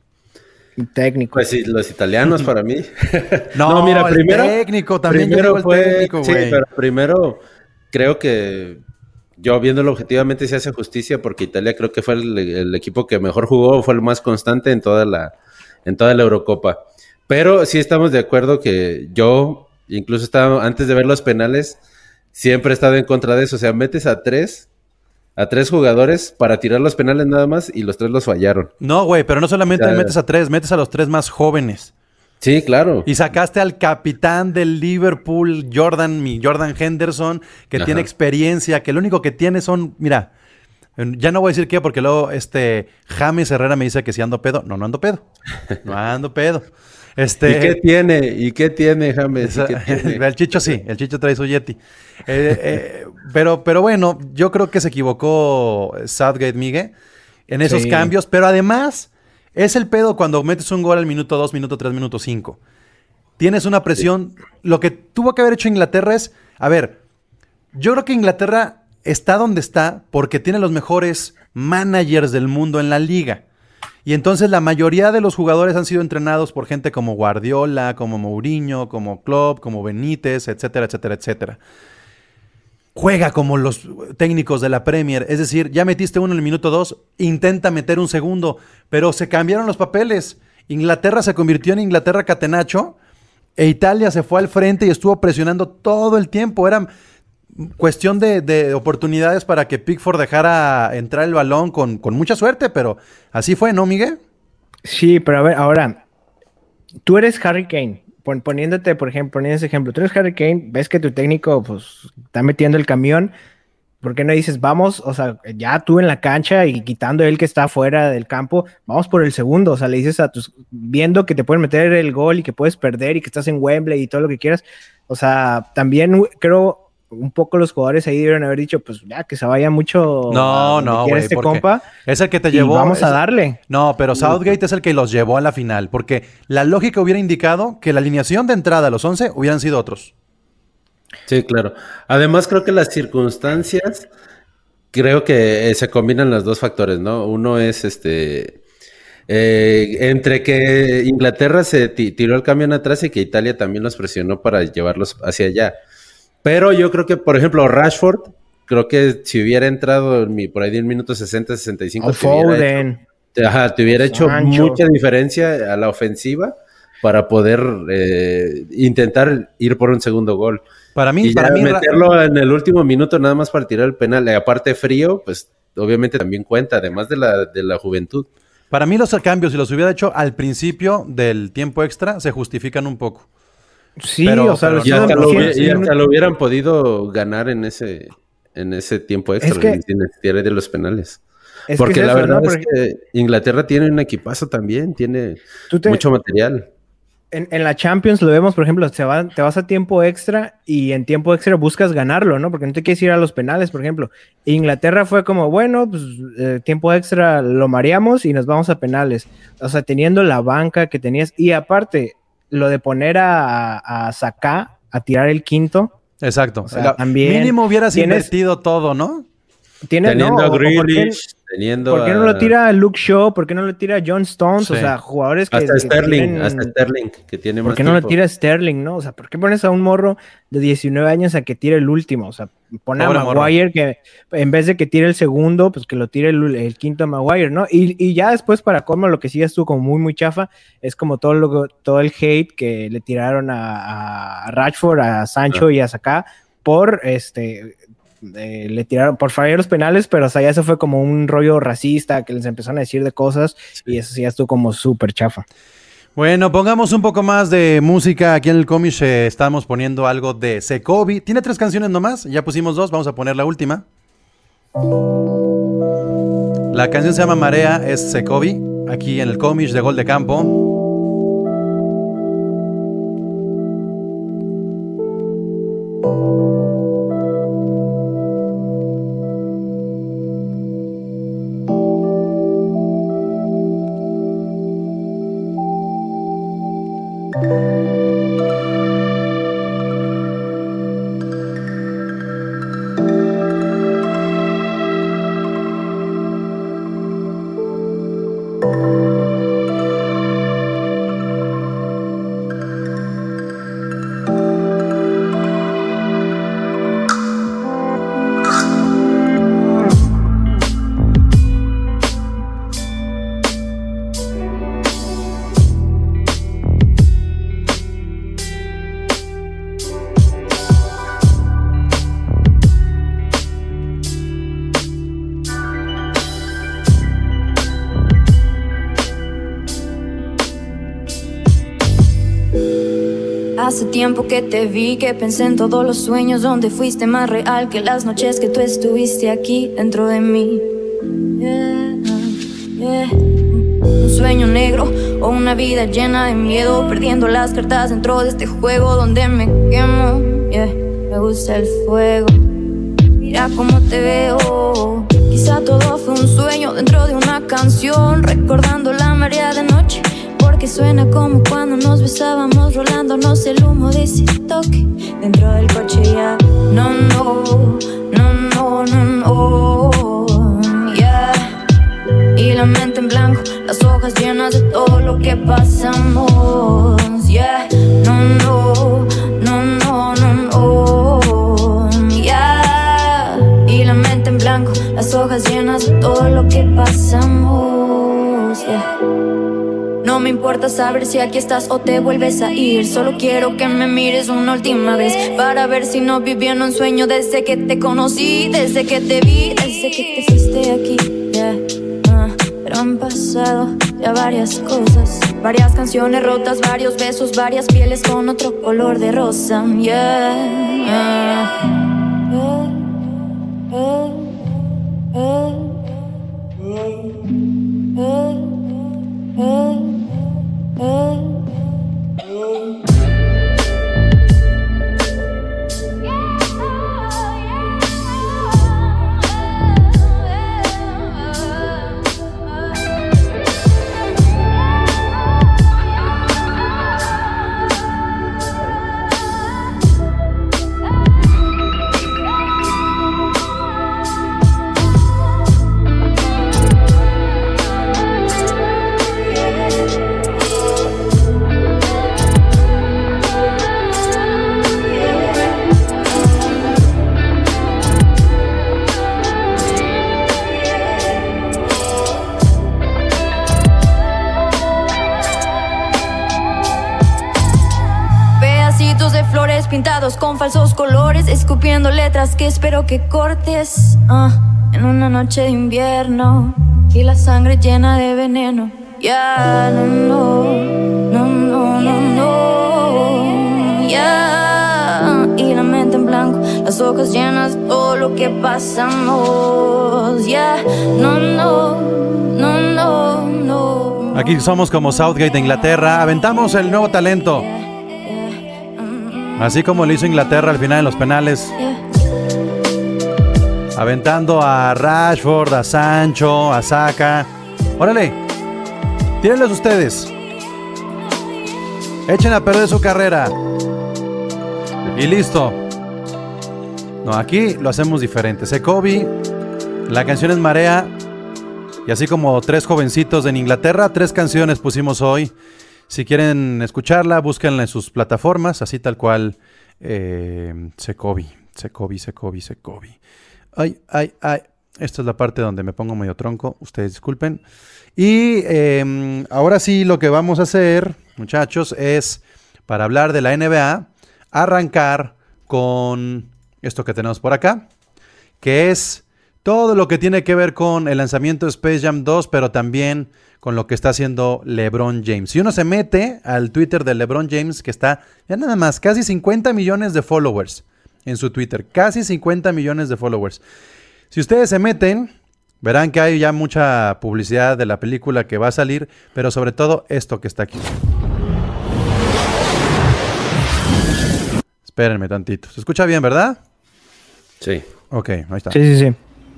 Técnico. Pues sí, los italianos para mí. No, mira, el primero, técnico también. Primero yo fue, el técnico, sí, güey. pero primero creo que yo viéndolo objetivamente se hace justicia porque Italia creo que fue el, el equipo que mejor jugó, fue el más constante en toda la en toda la Eurocopa. Pero sí estamos de acuerdo que yo, incluso estaba antes de ver los penales, siempre he estado en contra de eso. O sea, metes a tres a tres jugadores para tirar los penales nada más y los tres los fallaron. No, güey, pero no solamente O sea, metes a tres, metes a los tres más jóvenes. Sí, claro. Y sacaste al capitán del Liverpool, Jordan, mi Jordan Henderson, que Ajá. tiene experiencia, que lo único que tiene son, mira, ya no voy a decir qué, porque luego este James Herrera me dice que si ando pedo. No, no ando pedo. No ando pedo. Este, ¿Y qué tiene? ¿Y qué tiene, James? ¿Y qué tiene? El Chicho sí, el Chicho trae su Yeti. Eh, eh, pero, pero bueno, yo creo que se equivocó Southgate, Miguel, en esos Sí. cambios, pero además es el pedo cuando metes un gol al minuto dos, minuto tres, minuto cinco. Tienes una presión. Lo que tuvo que haber hecho Inglaterra es, a ver, yo creo que Inglaterra está donde está porque tiene los mejores managers del mundo en la liga. Y entonces la mayoría de los jugadores han sido entrenados por gente como Guardiola, como Mourinho, como Klopp, como Benítez, etcétera, etcétera, etcétera. Juega como los técnicos de la Premier. Es decir, ya metiste uno en el minuto dos, intenta meter un segundo, pero se cambiaron los papeles. Inglaterra se convirtió en Inglaterra catenacho e Italia se fue al frente y estuvo presionando todo el tiempo. Era cuestión de, de oportunidades para que Pickford dejara entrar el balón con, con mucha suerte, pero así fue, ¿no, Miguel? Sí, pero a ver, ahora, tú eres Harry Kane, pon, poniéndote, por ejemplo, poniendo ese ejemplo, tú eres Harry Kane, ves que tu técnico, pues, está metiendo el camión, ¿por qué no dices, vamos, o sea, ya tú en la cancha y quitando él que está fuera del campo, vamos por el segundo? O sea, le dices a tus, viendo que te pueden meter el gol y que puedes perder y que estás en Wembley y todo lo que quieras, o sea, también creo... un poco los jugadores ahí debieron haber dicho, pues ya, que se vaya mucho No, a donde no, quiera güey, este porque compa. es el que te y llevó. vamos a es- darle. No, pero Southgate es el que los llevó a la final, porque la lógica hubiera indicado que la alineación de entrada a los once hubieran sido otros. Sí, claro. Además, creo que las circunstancias, creo que eh, se combinan los dos factores, ¿no? Uno es este eh, entre que Inglaterra se ti- tiró el camión atrás y que Italia también los presionó para llevarlos hacia allá. Pero yo creo que, por ejemplo, Rashford, creo que si hubiera entrado en mi- por ahí en el minuto sesenta, sesenta y cinco, Al te hubiera hecho- Foden. te- ajá, te hubiera hecho Sancho. mucha diferencia a la ofensiva para poder eh, intentar ir por un segundo gol. Para mí, Y para ya mí, Ra- meterlo en el último minuto nada más para tirar el penal, y aparte frío, pues obviamente también cuenta, además de la, de la juventud. para mí los cambios, si los hubiera hecho al principio del tiempo extra, se justifican un poco. Sí, Pero- o sea, pero los Y hasta, hicieron lo, cien- hubi- y cien hasta lo hubieran podido ganar en ese, en ese tiempo extra, Es que- en el cierre de los penales. es que Porque es la eso, verdad ¿no? es Porque que Inglaterra tiene un equipazo también, tiene tú te- mucho material. En, en la Champions lo vemos, por ejemplo, te, va- te vas a tiempo extra y en tiempo extra buscas ganarlo, ¿no? Porque no te quieres ir a los penales, por ejemplo. Inglaterra fue como, bueno, pues eh, tiempo extra lo mareamos y nos vamos a penales. O sea, teniendo la banca que tenías. Y aparte, lo de poner a, a Saka a tirar el quinto, Exacto. O sea, La- también mínimo hubieras tienes- invertido todo, ¿no? tiene, Teniendo no, a o- o ¿por qué- Grealish, teniendo ¿Por qué no a- lo tira Luke Shaw? ¿Por qué no lo tira John Stones? O Sí. sea, jugadores que... hasta que Sterling, tienen- hasta Sterling, que tiene ¿Por más qué no lo tiempo. tira Sterling, no? O sea, ¿por qué pones a un morro de diecinueve años a que tire el último? O sea, pon a Pobre morro. Maguire que en vez de que tire el segundo, pues que lo tire el, el quinto a Maguire, ¿no? Y, y ya después, para colmo, lo que sí estuvo como muy, muy chafa, es como todo, lo, todo el hate que le tiraron a, a Rashford, a Sancho Ah. y a Saka por este... eh, le tiraron por fallar los penales, pero o sea, ya se fue como un rollo racista que les empezaron a decir de cosas y eso sí ya estuvo como súper chafa. Bueno, pongamos un poco más de música. Aquí en el Comish eh, estamos poniendo algo de Secovi. Tiene tres canciones nomás, ya pusimos dos, vamos a poner la última. La canción se llama Marea, es Secovi, aquí en el Comish de Gol de Campo. Hace tiempo que te vi, que pensé en todos los sueños donde fuiste más real que las noches que tú estuviste aquí dentro de mí. Yeah, yeah. Un sueño negro o una vida llena de miedo, perdiendo las cartas dentro de este juego donde me quemo. Yeah, me gusta el fuego. Mira cómo te veo. Quizá todo fue un sueño dentro de una canción, recordando la marea de noche. Que suena como cuando nos besábamos, rolándonos el humo de ese toque dentro del coche ya. No, no, no, no, no, no, yeah. Y la mente en blanco, las hojas llenas de todo lo que pasamos, yeah. No, no, no, no, no, no, yeah. Y la mente en blanco, las hojas llenas de todo lo que pasamos, yeah. No me importa saber si aquí estás o te vuelves a ir. Solo quiero que me mires una última vez para ver si no viví en un sueño desde que te conocí, desde que te vi, desde que te fuiste aquí, yeah. uh, Pero han pasado ya varias cosas, varias canciones rotas, varios besos, varias pieles con otro color de rosa, yeah. uh, uh, uh, uh, uh, uh. Oh, oh. Pintados con falsos colores, escupiendo letras que espero que cortes, uh, en una noche de invierno y la sangre llena de veneno. Ya, yeah, no, no, no, no, no, no, ya. Yeah. Y la mente en blanco, las hojas llenas de todo lo que pasamos. Ya, yeah. no, no, no, no, no. Aquí somos como Southgate de Inglaterra, aventamos el nuevo talento. Así como lo hizo Inglaterra al final en los penales. Aventando a Rashford, a Sancho, a Saka. Órale, tírenlos ustedes. Echen a perder su carrera. Y listo. No, aquí lo hacemos diferente. Secovi, la canción es Marea. Y así como tres jovencitos en Inglaterra, tres canciones pusimos hoy. Si quieren escucharla, búsquenla en sus plataformas, así tal cual. Eh, Secovi, Secovi, Secovi, Secovi. Ay, ay, ay. Esta es la parte donde me pongo medio tronco. Ustedes disculpen. Y eh, ahora sí, lo que vamos a hacer, muchachos, es para hablar de la N B A, arrancar con esto que tenemos por acá, que es todo lo que tiene que ver con el lanzamiento de Space Jam dos, pero también con lo que está haciendo LeBron James. Si uno se mete al Twitter de LeBron James, que está ya nada más casi cincuenta millones de followers en su Twitter, casi cincuenta millones de followers. Si ustedes se meten, verán que hay ya mucha publicidad de la película que va a salir, pero sobre todo esto que está aquí. Espérenme tantito. ¿Se escucha bien, verdad? Sí. Ok, ahí está. Sí, sí, sí.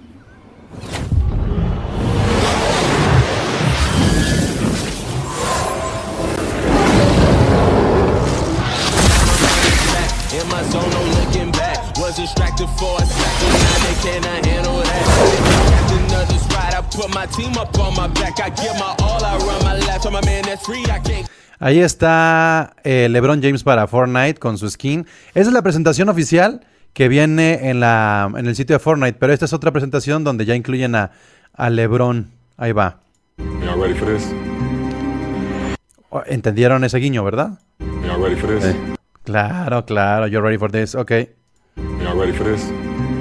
Ahí está eh, LeBron James para Fortnite con su skin. Esa es la presentación oficial que viene en, la, en el sitio de Fortnite, pero esta es otra presentación donde ya incluyen a, a LeBron. Ahí va. Y'all ready for this? ¿Entendieron ese guiño, verdad? Y'all ready for this? Sí. Claro, claro. You're ready for this. Ok. Y'all ready for this?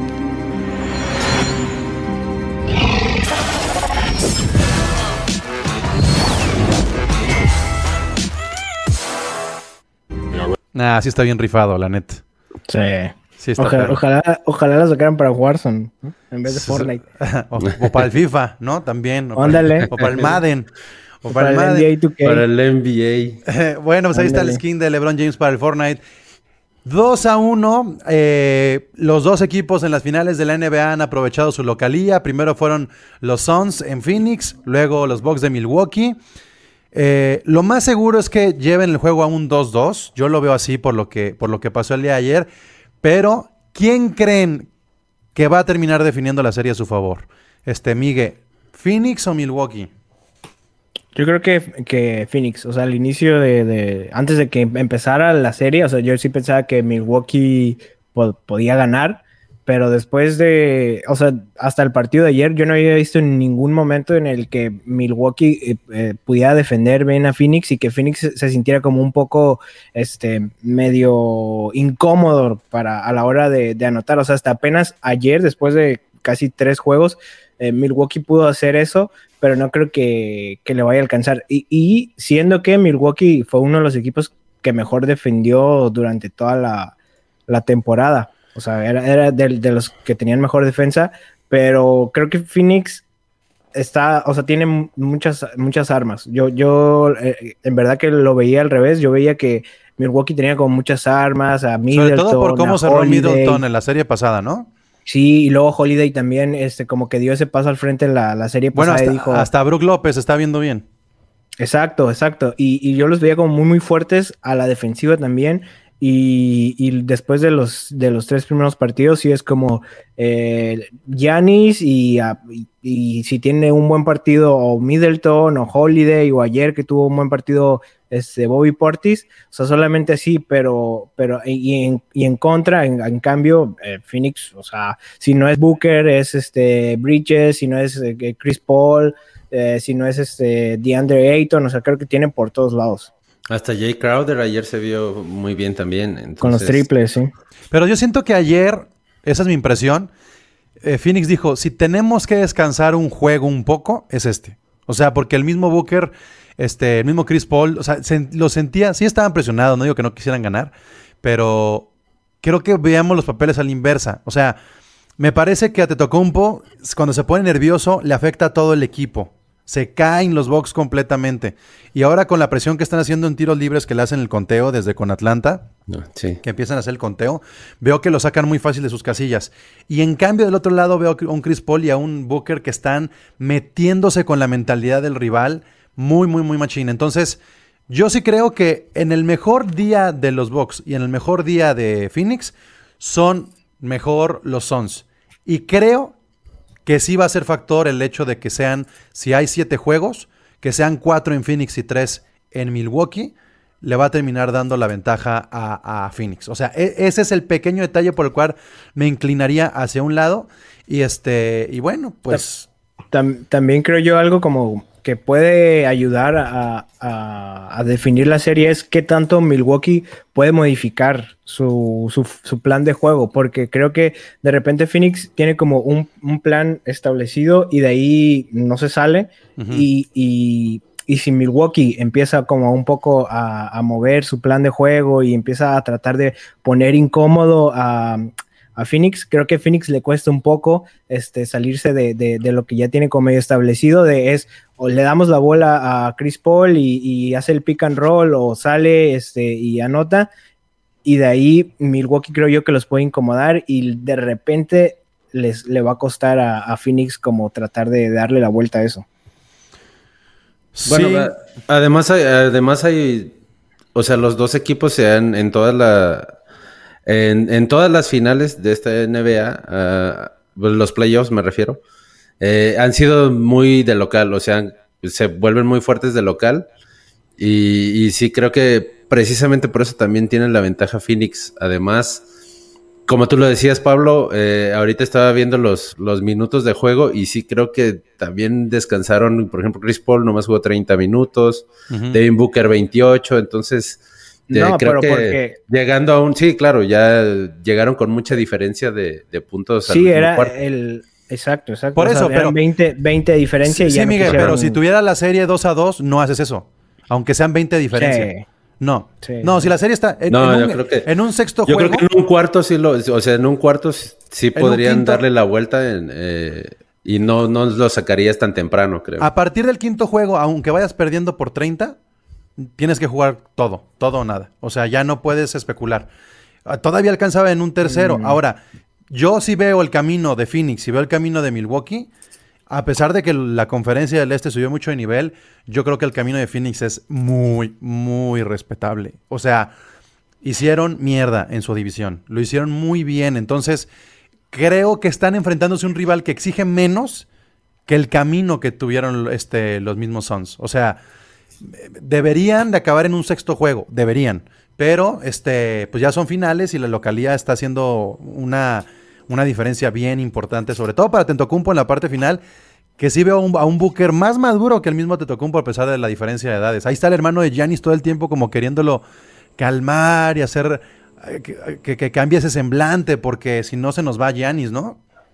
Nah, sí está bien rifado, la neta. Sí. Sí está Ojalá, perro. ojalá, ojalá lo sacaran para Warzone, ¿no? En vez de Fortnite. o, o para el FIFA, ¿no? También. O para, Ándale. o para el Madden. O O para, para el el Madden. N B A dos K. Para el N B A. Bueno, pues ahí está el Ándale. skin de LeBron James para el Fortnite. dos a uno. Eh, los dos equipos en las finales de la N B A han aprovechado su localía. Primero fueron los Suns en Phoenix, luego los Bucks de Milwaukee. Eh, lo más seguro es que lleven el juego a un dos dos. Yo lo veo así por lo que, por lo que pasó el día de ayer. Pero, ¿quién creen que va a terminar definiendo la serie a su favor? Este, Miguel, ¿Phoenix o Milwaukee? Yo creo que, que Phoenix, o sea, al inicio de, de... Antes de que empezara la serie, o sea, yo sí pensaba que Milwaukee po- podía ganar, pero después de... O sea, hasta el partido de ayer yo no había visto en ningún momento en el que Milwaukee eh, eh, pudiera defender bien a Phoenix y que Phoenix se, se sintiera como un poco este, medio incómodo para, a la hora de, de anotar. O sea, hasta apenas ayer, después de casi tres juegos, eh, Milwaukee pudo hacer eso, pero no creo que, que le vaya a alcanzar. Y, y siendo que Milwaukee fue uno de los equipos que mejor defendió durante toda la, la temporada. O sea, era, era de, de los que tenían mejor defensa, pero creo que Phoenix está, o sea, tiene muchas, muchas armas. Yo, yo eh, en verdad que lo veía al revés. Yo veía que Milwaukee tenía como muchas armas, a Middleton, Sobre todo por cómo a cerró Holiday. Middleton en la serie pasada, ¿no? Sí, y luego Holiday también, este, como que dio ese paso al frente en la, la serie Bueno, pasada hasta, y dijo... hasta Brook López está viendo bien. Exacto, exacto. Y, y yo los veía como muy, muy fuertes a la defensiva también. Y, y después de los, de los tres primeros partidos, sí es como eh, Giannis y, a- y, y si tiene un buen partido o Middleton o Holiday o ayer que tuvo un buen partido este, Bobby Portis, o sea, solamente así, pero, pero y, en, y en contra, en, en cambio, eh, Phoenix, o sea, si no es Booker, es este Bridges, si no es eh, Chris Paul, eh, si no es este DeAndre Ayton, o sea, creo que tienen por todos lados. Hasta Jay Crowder ayer se vio muy bien también. Entonces, Con los triples, sí. Pero yo siento que ayer, esa es mi impresión, eh, Phoenix dijo, si tenemos que descansar un juego un poco, es este. O sea, porque el mismo Booker, este, el mismo Chris Paul, o sea, se, lo sentía, sí estaban presionados, no digo que no quisieran ganar, pero creo que veamos los papeles a la inversa. O sea, me parece que a Antetokounmpo, cuando se pone nervioso, le afecta a todo el equipo. Se caen los Bucks completamente. Y ahora con la presión que están haciendo en tiros libres que le hacen el conteo desde con Atlanta, No, sí. que empiezan a hacer el conteo, veo que lo sacan muy fácil de sus casillas. Y en cambio del otro lado veo a un Chris Paul y a un Booker que están metiéndose con la mentalidad del rival muy, muy, muy machín. Entonces, yo sí creo que en el mejor día de los Bucks y en el mejor día de Phoenix son mejor los Suns. Y creo que sí va a ser factor el hecho de que sean, si hay siete juegos, que sean cuatro en Phoenix y tres en Milwaukee, le va a terminar dando la ventaja a, a Phoenix. O sea, e- ese es el pequeño detalle por el cual me inclinaría hacia un lado. Y este, y bueno, pues Tam- también creo yo algo como que puede ayudar a, a, a definir la serie es qué tanto Milwaukee puede modificar su, su, su plan de juego, porque creo que de repente Phoenix tiene como un, un plan establecido y de ahí no se sale. Uh-huh. y, y, y si Milwaukee empieza como un poco a, a mover su plan de juego y empieza a tratar de poner incómodo a... a Phoenix, creo que a Phoenix le cuesta un poco este, salirse de, de, de lo que ya tiene como medio establecido, de es o le damos la bola a Chris Paul y, y hace el pick and roll o sale este, y anota, y de ahí Milwaukee creo yo que los puede incomodar y de repente les, le va a costar a, a Phoenix como tratar de darle la vuelta a eso. Sí. Bueno, además hay, además hay, o sea, los dos equipos se han en toda la En, en todas las finales de esta N B A, uh, los playoffs me refiero, eh, han sido muy de local, o sea, se vuelven muy fuertes de local y, y sí creo que precisamente por eso también tienen la ventaja Phoenix. Además, como tú lo decías, Pablo, eh, ahorita estaba viendo los, los minutos de juego y sí creo que también descansaron, por ejemplo, Chris Paul nomás jugó treinta minutos, uh-huh. Devin Booker veintiocho, entonces... No, creo pero que porque... llegando a un... Sí, claro, ya llegaron con mucha diferencia de, de puntos. Sí, era cuarto. el... Exacto, exacto. Por o eso, sea, pero... veinte, veinte de diferencia sí, y ya sí, no Miguel, quisieron... pero si tuviera la serie dos a dos, no haces eso. Aunque sean veinte de diferencia. Sí. No. Sí. No, si la serie está... En, no, en, yo un, creo que, en un sexto yo juego... Yo creo que en un cuarto sí lo... O sea, en un cuarto sí podrían quinto, darle la vuelta en, eh, y no, no lo sacarías tan temprano, creo. A partir del quinto juego, aunque vayas perdiendo por treinta... tienes que jugar todo, todo o nada. O sea, ya no puedes especular. Todavía alcanzaba en un tercero. Mm. Ahora, yo sí veo el camino de Phoenix, sí veo el camino de Milwaukee. A pesar de que la conferencia del Este subió mucho de nivel, yo creo que el camino de Phoenix es muy, muy respetable. O sea, hicieron mierda en su división. Lo hicieron muy bien. Entonces, creo que están enfrentándose a un rival que exige menos que el camino que tuvieron este, los mismos Suns. O sea... deberían de acabar en un sexto juego, deberían, pero este, pues ya son finales y la localidad está haciendo una, una diferencia bien importante, sobre todo para Antetokounmpo en la parte final, que sí veo a un, a un Booker más maduro que el mismo Antetokounmpo a pesar de la diferencia de edades. Ahí está el hermano de Giannis todo el tiempo como queriéndolo calmar y hacer que, que, que cambie ese semblante, porque si no se nos va Giannis, ¿no?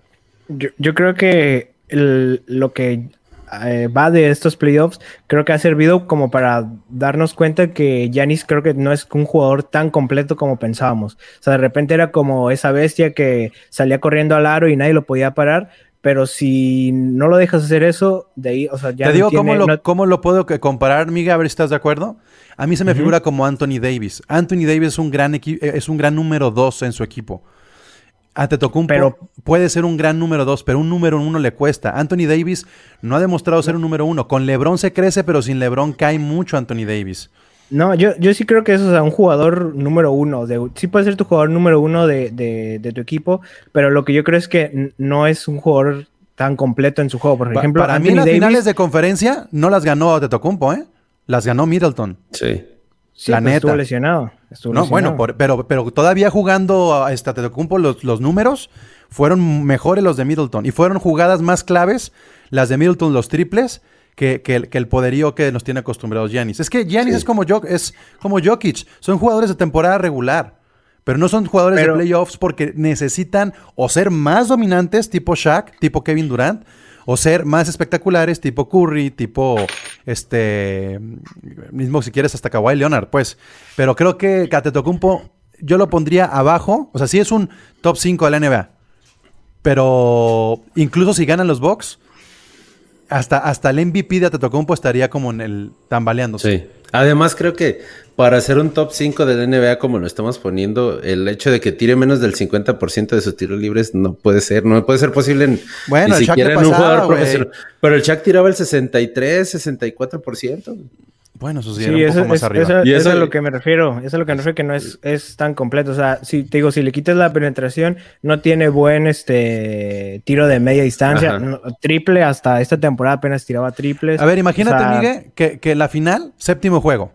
Yo, yo creo que el, lo que Eh, va de estos playoffs, creo que ha servido como para darnos cuenta que Giannis creo que no es un jugador tan completo como pensábamos. O sea, de repente era como esa bestia que salía corriendo al aro y nadie lo podía parar, pero si no lo dejas hacer eso, de ahí, o sea, ya Te no digo tiene, cómo, lo, no... cómo lo puedo comparar, Miguel, a ver si estás de acuerdo. A mí se me uh-huh. figura como Anthony Davis. Anthony Davis es un gran, equi- es un gran número dos en su equipo. Antetokounmpo pero, puede ser un gran número dos, pero un número uno le cuesta. Anthony Davis no ha demostrado ser un número uno. Con LeBron se crece, pero sin LeBron cae mucho Anthony Davis. No, yo, yo sí creo que eso es o sea, un jugador número uno. De, sí puede ser tu jugador número uno de, de, de tu equipo, pero lo que yo creo es que n- no es un jugador tan completo en su juego. Por ejemplo, para Anthony mí las Davis, finales de conferencia no las ganó Antetokounmpo, ¿eh? Las ganó Middleton. Sí. Sí, la pues neta. estuvo lesionado. Estuvo no, lesionado. bueno, por, pero, pero todavía jugando a este Antetokounmpo los, los números fueron mejores los de Middleton. Y fueron jugadas más claves las de Middleton, los triples, que, que, que el poderío que nos tiene acostumbrados Giannis. Es que Giannis sí. es, como jo- es como Jokic. Son jugadores de temporada regular. Pero no son jugadores pero, de playoffs porque necesitan o ser más dominantes, tipo Shaq, tipo Kevin Durant, o ser más espectaculares, tipo Curry, tipo, este, mismo si quieres hasta Kawhi Leonard, pues. Pero creo que Antetokounmpo yo lo pondría abajo, o sea, sí es un top cinco de la N B A, pero incluso si ganan los Bucks, hasta, hasta el M V P de Antetokounmpo estaría como en el tambaleándose. Sí. Además, creo que para hacer un top cinco de la N B A como lo estamos poniendo, el hecho de que tire menos del cincuenta por ciento de sus tiros libres no puede ser, no puede ser posible en, bueno, ni siquiera en pasaba, un jugador wey. profesional. Pero el Shaq tiraba el sesenta y tres, sesenta y cuatro por ciento. Bueno, eso sí, sí era un eso, poco más es, arriba. Eso, y eso, eso es a lo que me refiero. Eso es a lo que me refiero, que no es, es tan completo. O sea, si te digo, si le quitas la penetración, no tiene buen este tiro de media distancia. No, triple, hasta esta temporada apenas tiraba triples. A ver, imagínate, o sea, Miguel, que, que la final, séptimo juego,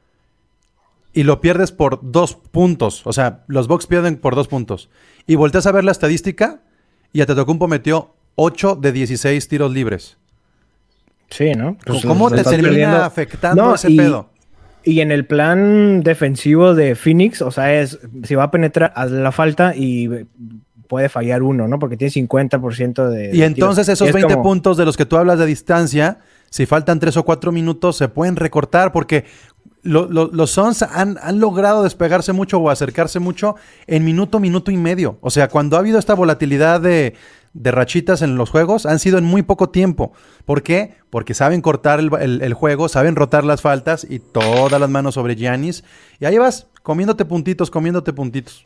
y lo pierdes por dos puntos. O sea, los Bucks pierden por dos puntos. Y volteas a ver la estadística y Antetokounmpo metió ocho de dieciséis tiros libres. Sí, ¿no? Pues, ¿cómo te termina perdiendo? afectando no, ese y, pedo? Y en el plan defensivo de Phoenix, o sea, es si va a penetrar, haz la falta y puede fallar uno, ¿no? Porque tiene cincuenta por ciento de... Y de entonces tiros. esos y veinte como... puntos de los que tú hablas de distancia, si faltan tres o cuatro minutos, se pueden recortar porque lo, lo, los Suns han, han logrado despegarse mucho o acercarse mucho en minuto, minuto y medio. O sea, cuando ha habido esta volatilidad de... de rachitas en los juegos, han sido en muy poco tiempo. ¿Por qué? Porque saben cortar el, el, el juego, saben rotar las faltas y todas las manos sobre Giannis. Y ahí vas, comiéndote puntitos, comiéndote puntitos.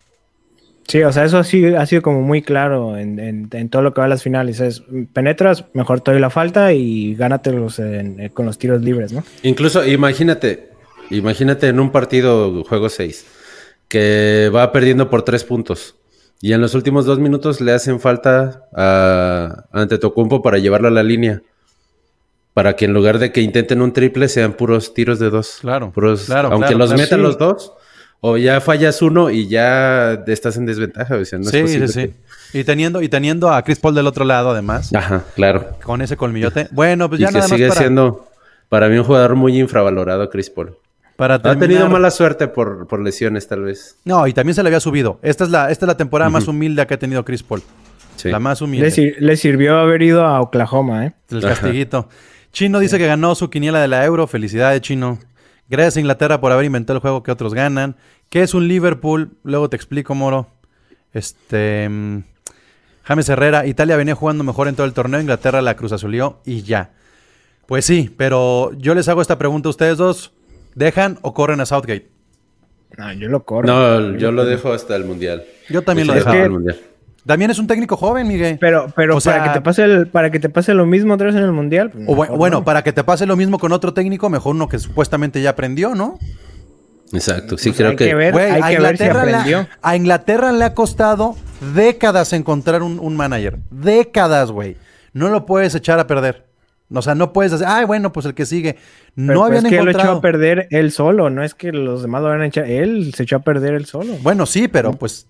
Sí, o sea, eso sí ha sido como muy claro en, en, en todo lo que va a las finales. Es, penetras, mejor te doy la falta y gánatelos en, en, con los tiros libres, ¿no? Incluso, imagínate, imagínate en un partido, juego seis, que va perdiendo por tres puntos. Y en los últimos dos minutos le hacen falta a Antetokounmpo para llevarlo a la línea. Para que en lugar de que intenten un triple, sean puros tiros de dos. Claro, puros, claro. Aunque claro, los claro, metan sí. los dos, o ya fallas uno y ya estás en desventaja. O sea, no sí, es posible sí, sí. que... Y teniendo, y teniendo a Chris Paul del otro lado, además. Ajá, claro. Con ese colmillote. Bueno, pues ya y nada que más sigue para... siendo, para mí, un jugador muy infravalorado, Chris Paul. Para terminar... Ha tenido mala suerte por, por lesiones, tal vez. No, y también se le había subido. Esta es la, esta es la temporada uh-huh. más humilde que ha tenido Chris Paul. Sí. La más humilde. Le, sir- le sirvió haber ido a Oklahoma, ¿eh? El castiguito. Chino dice sí. que ganó su quiniela de la Euro. Felicidades, Chino. Gracias a Inglaterra por haber inventado el juego que otros ganan. ¿Qué es un Liverpool? Luego te explico, Moro. Este... Um, James Herrera. Italia venía jugando mejor en todo el torneo. Inglaterra la cruzazulió y ya. Pues sí, pero yo les hago esta pregunta a ustedes dos. ¿Dejan o corren a Southgate? No, yo lo corro. No, yo lo dejo hasta el Mundial. Yo también yo lo dejo hasta que... el Mundial. También es un técnico joven, Miguel. Pero, pero o para, sea, que te pase el, para que te pase lo mismo otra vez en el Mundial. Pues o bueno, bueno, para que te pase lo mismo con otro técnico, mejor uno que supuestamente ya aprendió, ¿no? Exacto, sí, pues creo hay que... que ver, Wey, hay a, que ver si aprendió. Le, a Inglaterra le ha costado décadas encontrar un, un manager. Décadas, güey. No lo puedes echar a perder. O sea, no puedes decir, ay, bueno, pues el que sigue. No pero, habían es que encontrado. Él lo echó a perder él solo, no es que los demás lo hayan hecho. Él se echó a perder él solo. Bueno, sí, pero pues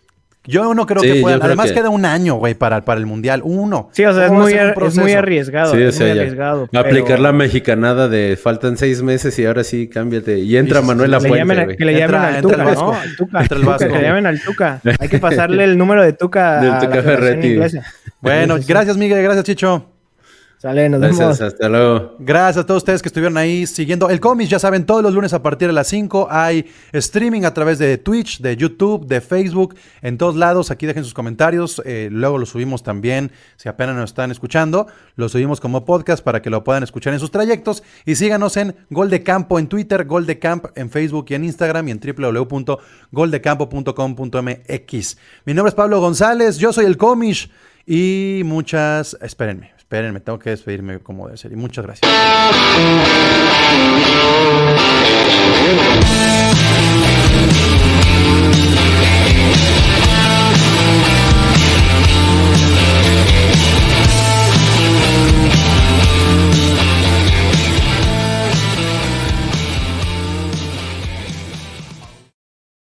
yo no creo sí, que puedan. Además, que... queda un año, güey, para, para el Mundial. Uno. Sí, o sea, es muy, ar- es muy arriesgado. Sí, es o sea, muy ya. arriesgado. Aplicar pero... la mexicanada de faltan seis meses y ahora sí, cámbiate. Y entra sí, Manuel sí, Lafuente. A, que le llamen entra, al Tuca, entra el Vasco. ¿no? Al Tuca. Entra el Vasco. Que le llamen al Tuca. Hay que pasarle el número de Tuca Del a Tuca la Ferretti. Bueno, gracias, Miguel. Gracias, Chicho. Sale, nos Gracias, vemos. Hasta luego. Gracias a todos ustedes que estuvieron ahí siguiendo el cómic. Ya saben, todos los lunes a partir de las cinco hay streaming a través de Twitch, de YouTube, de Facebook, en todos lados. Aquí dejen sus comentarios. Eh, luego lo subimos también, si apenas nos están escuchando. Lo subimos como podcast para que lo puedan escuchar en sus trayectos. Y síganos en Gol de Campo en Twitter, Gol de Camp en Facebook y en Instagram y en doble u doble u doble u punto gol de campo punto com punto m x. Mi nombre es Pablo González, yo soy el cómic y muchas... Espérenme. Espérenme, tengo que despedirme como debe ser. Y muchas gracias.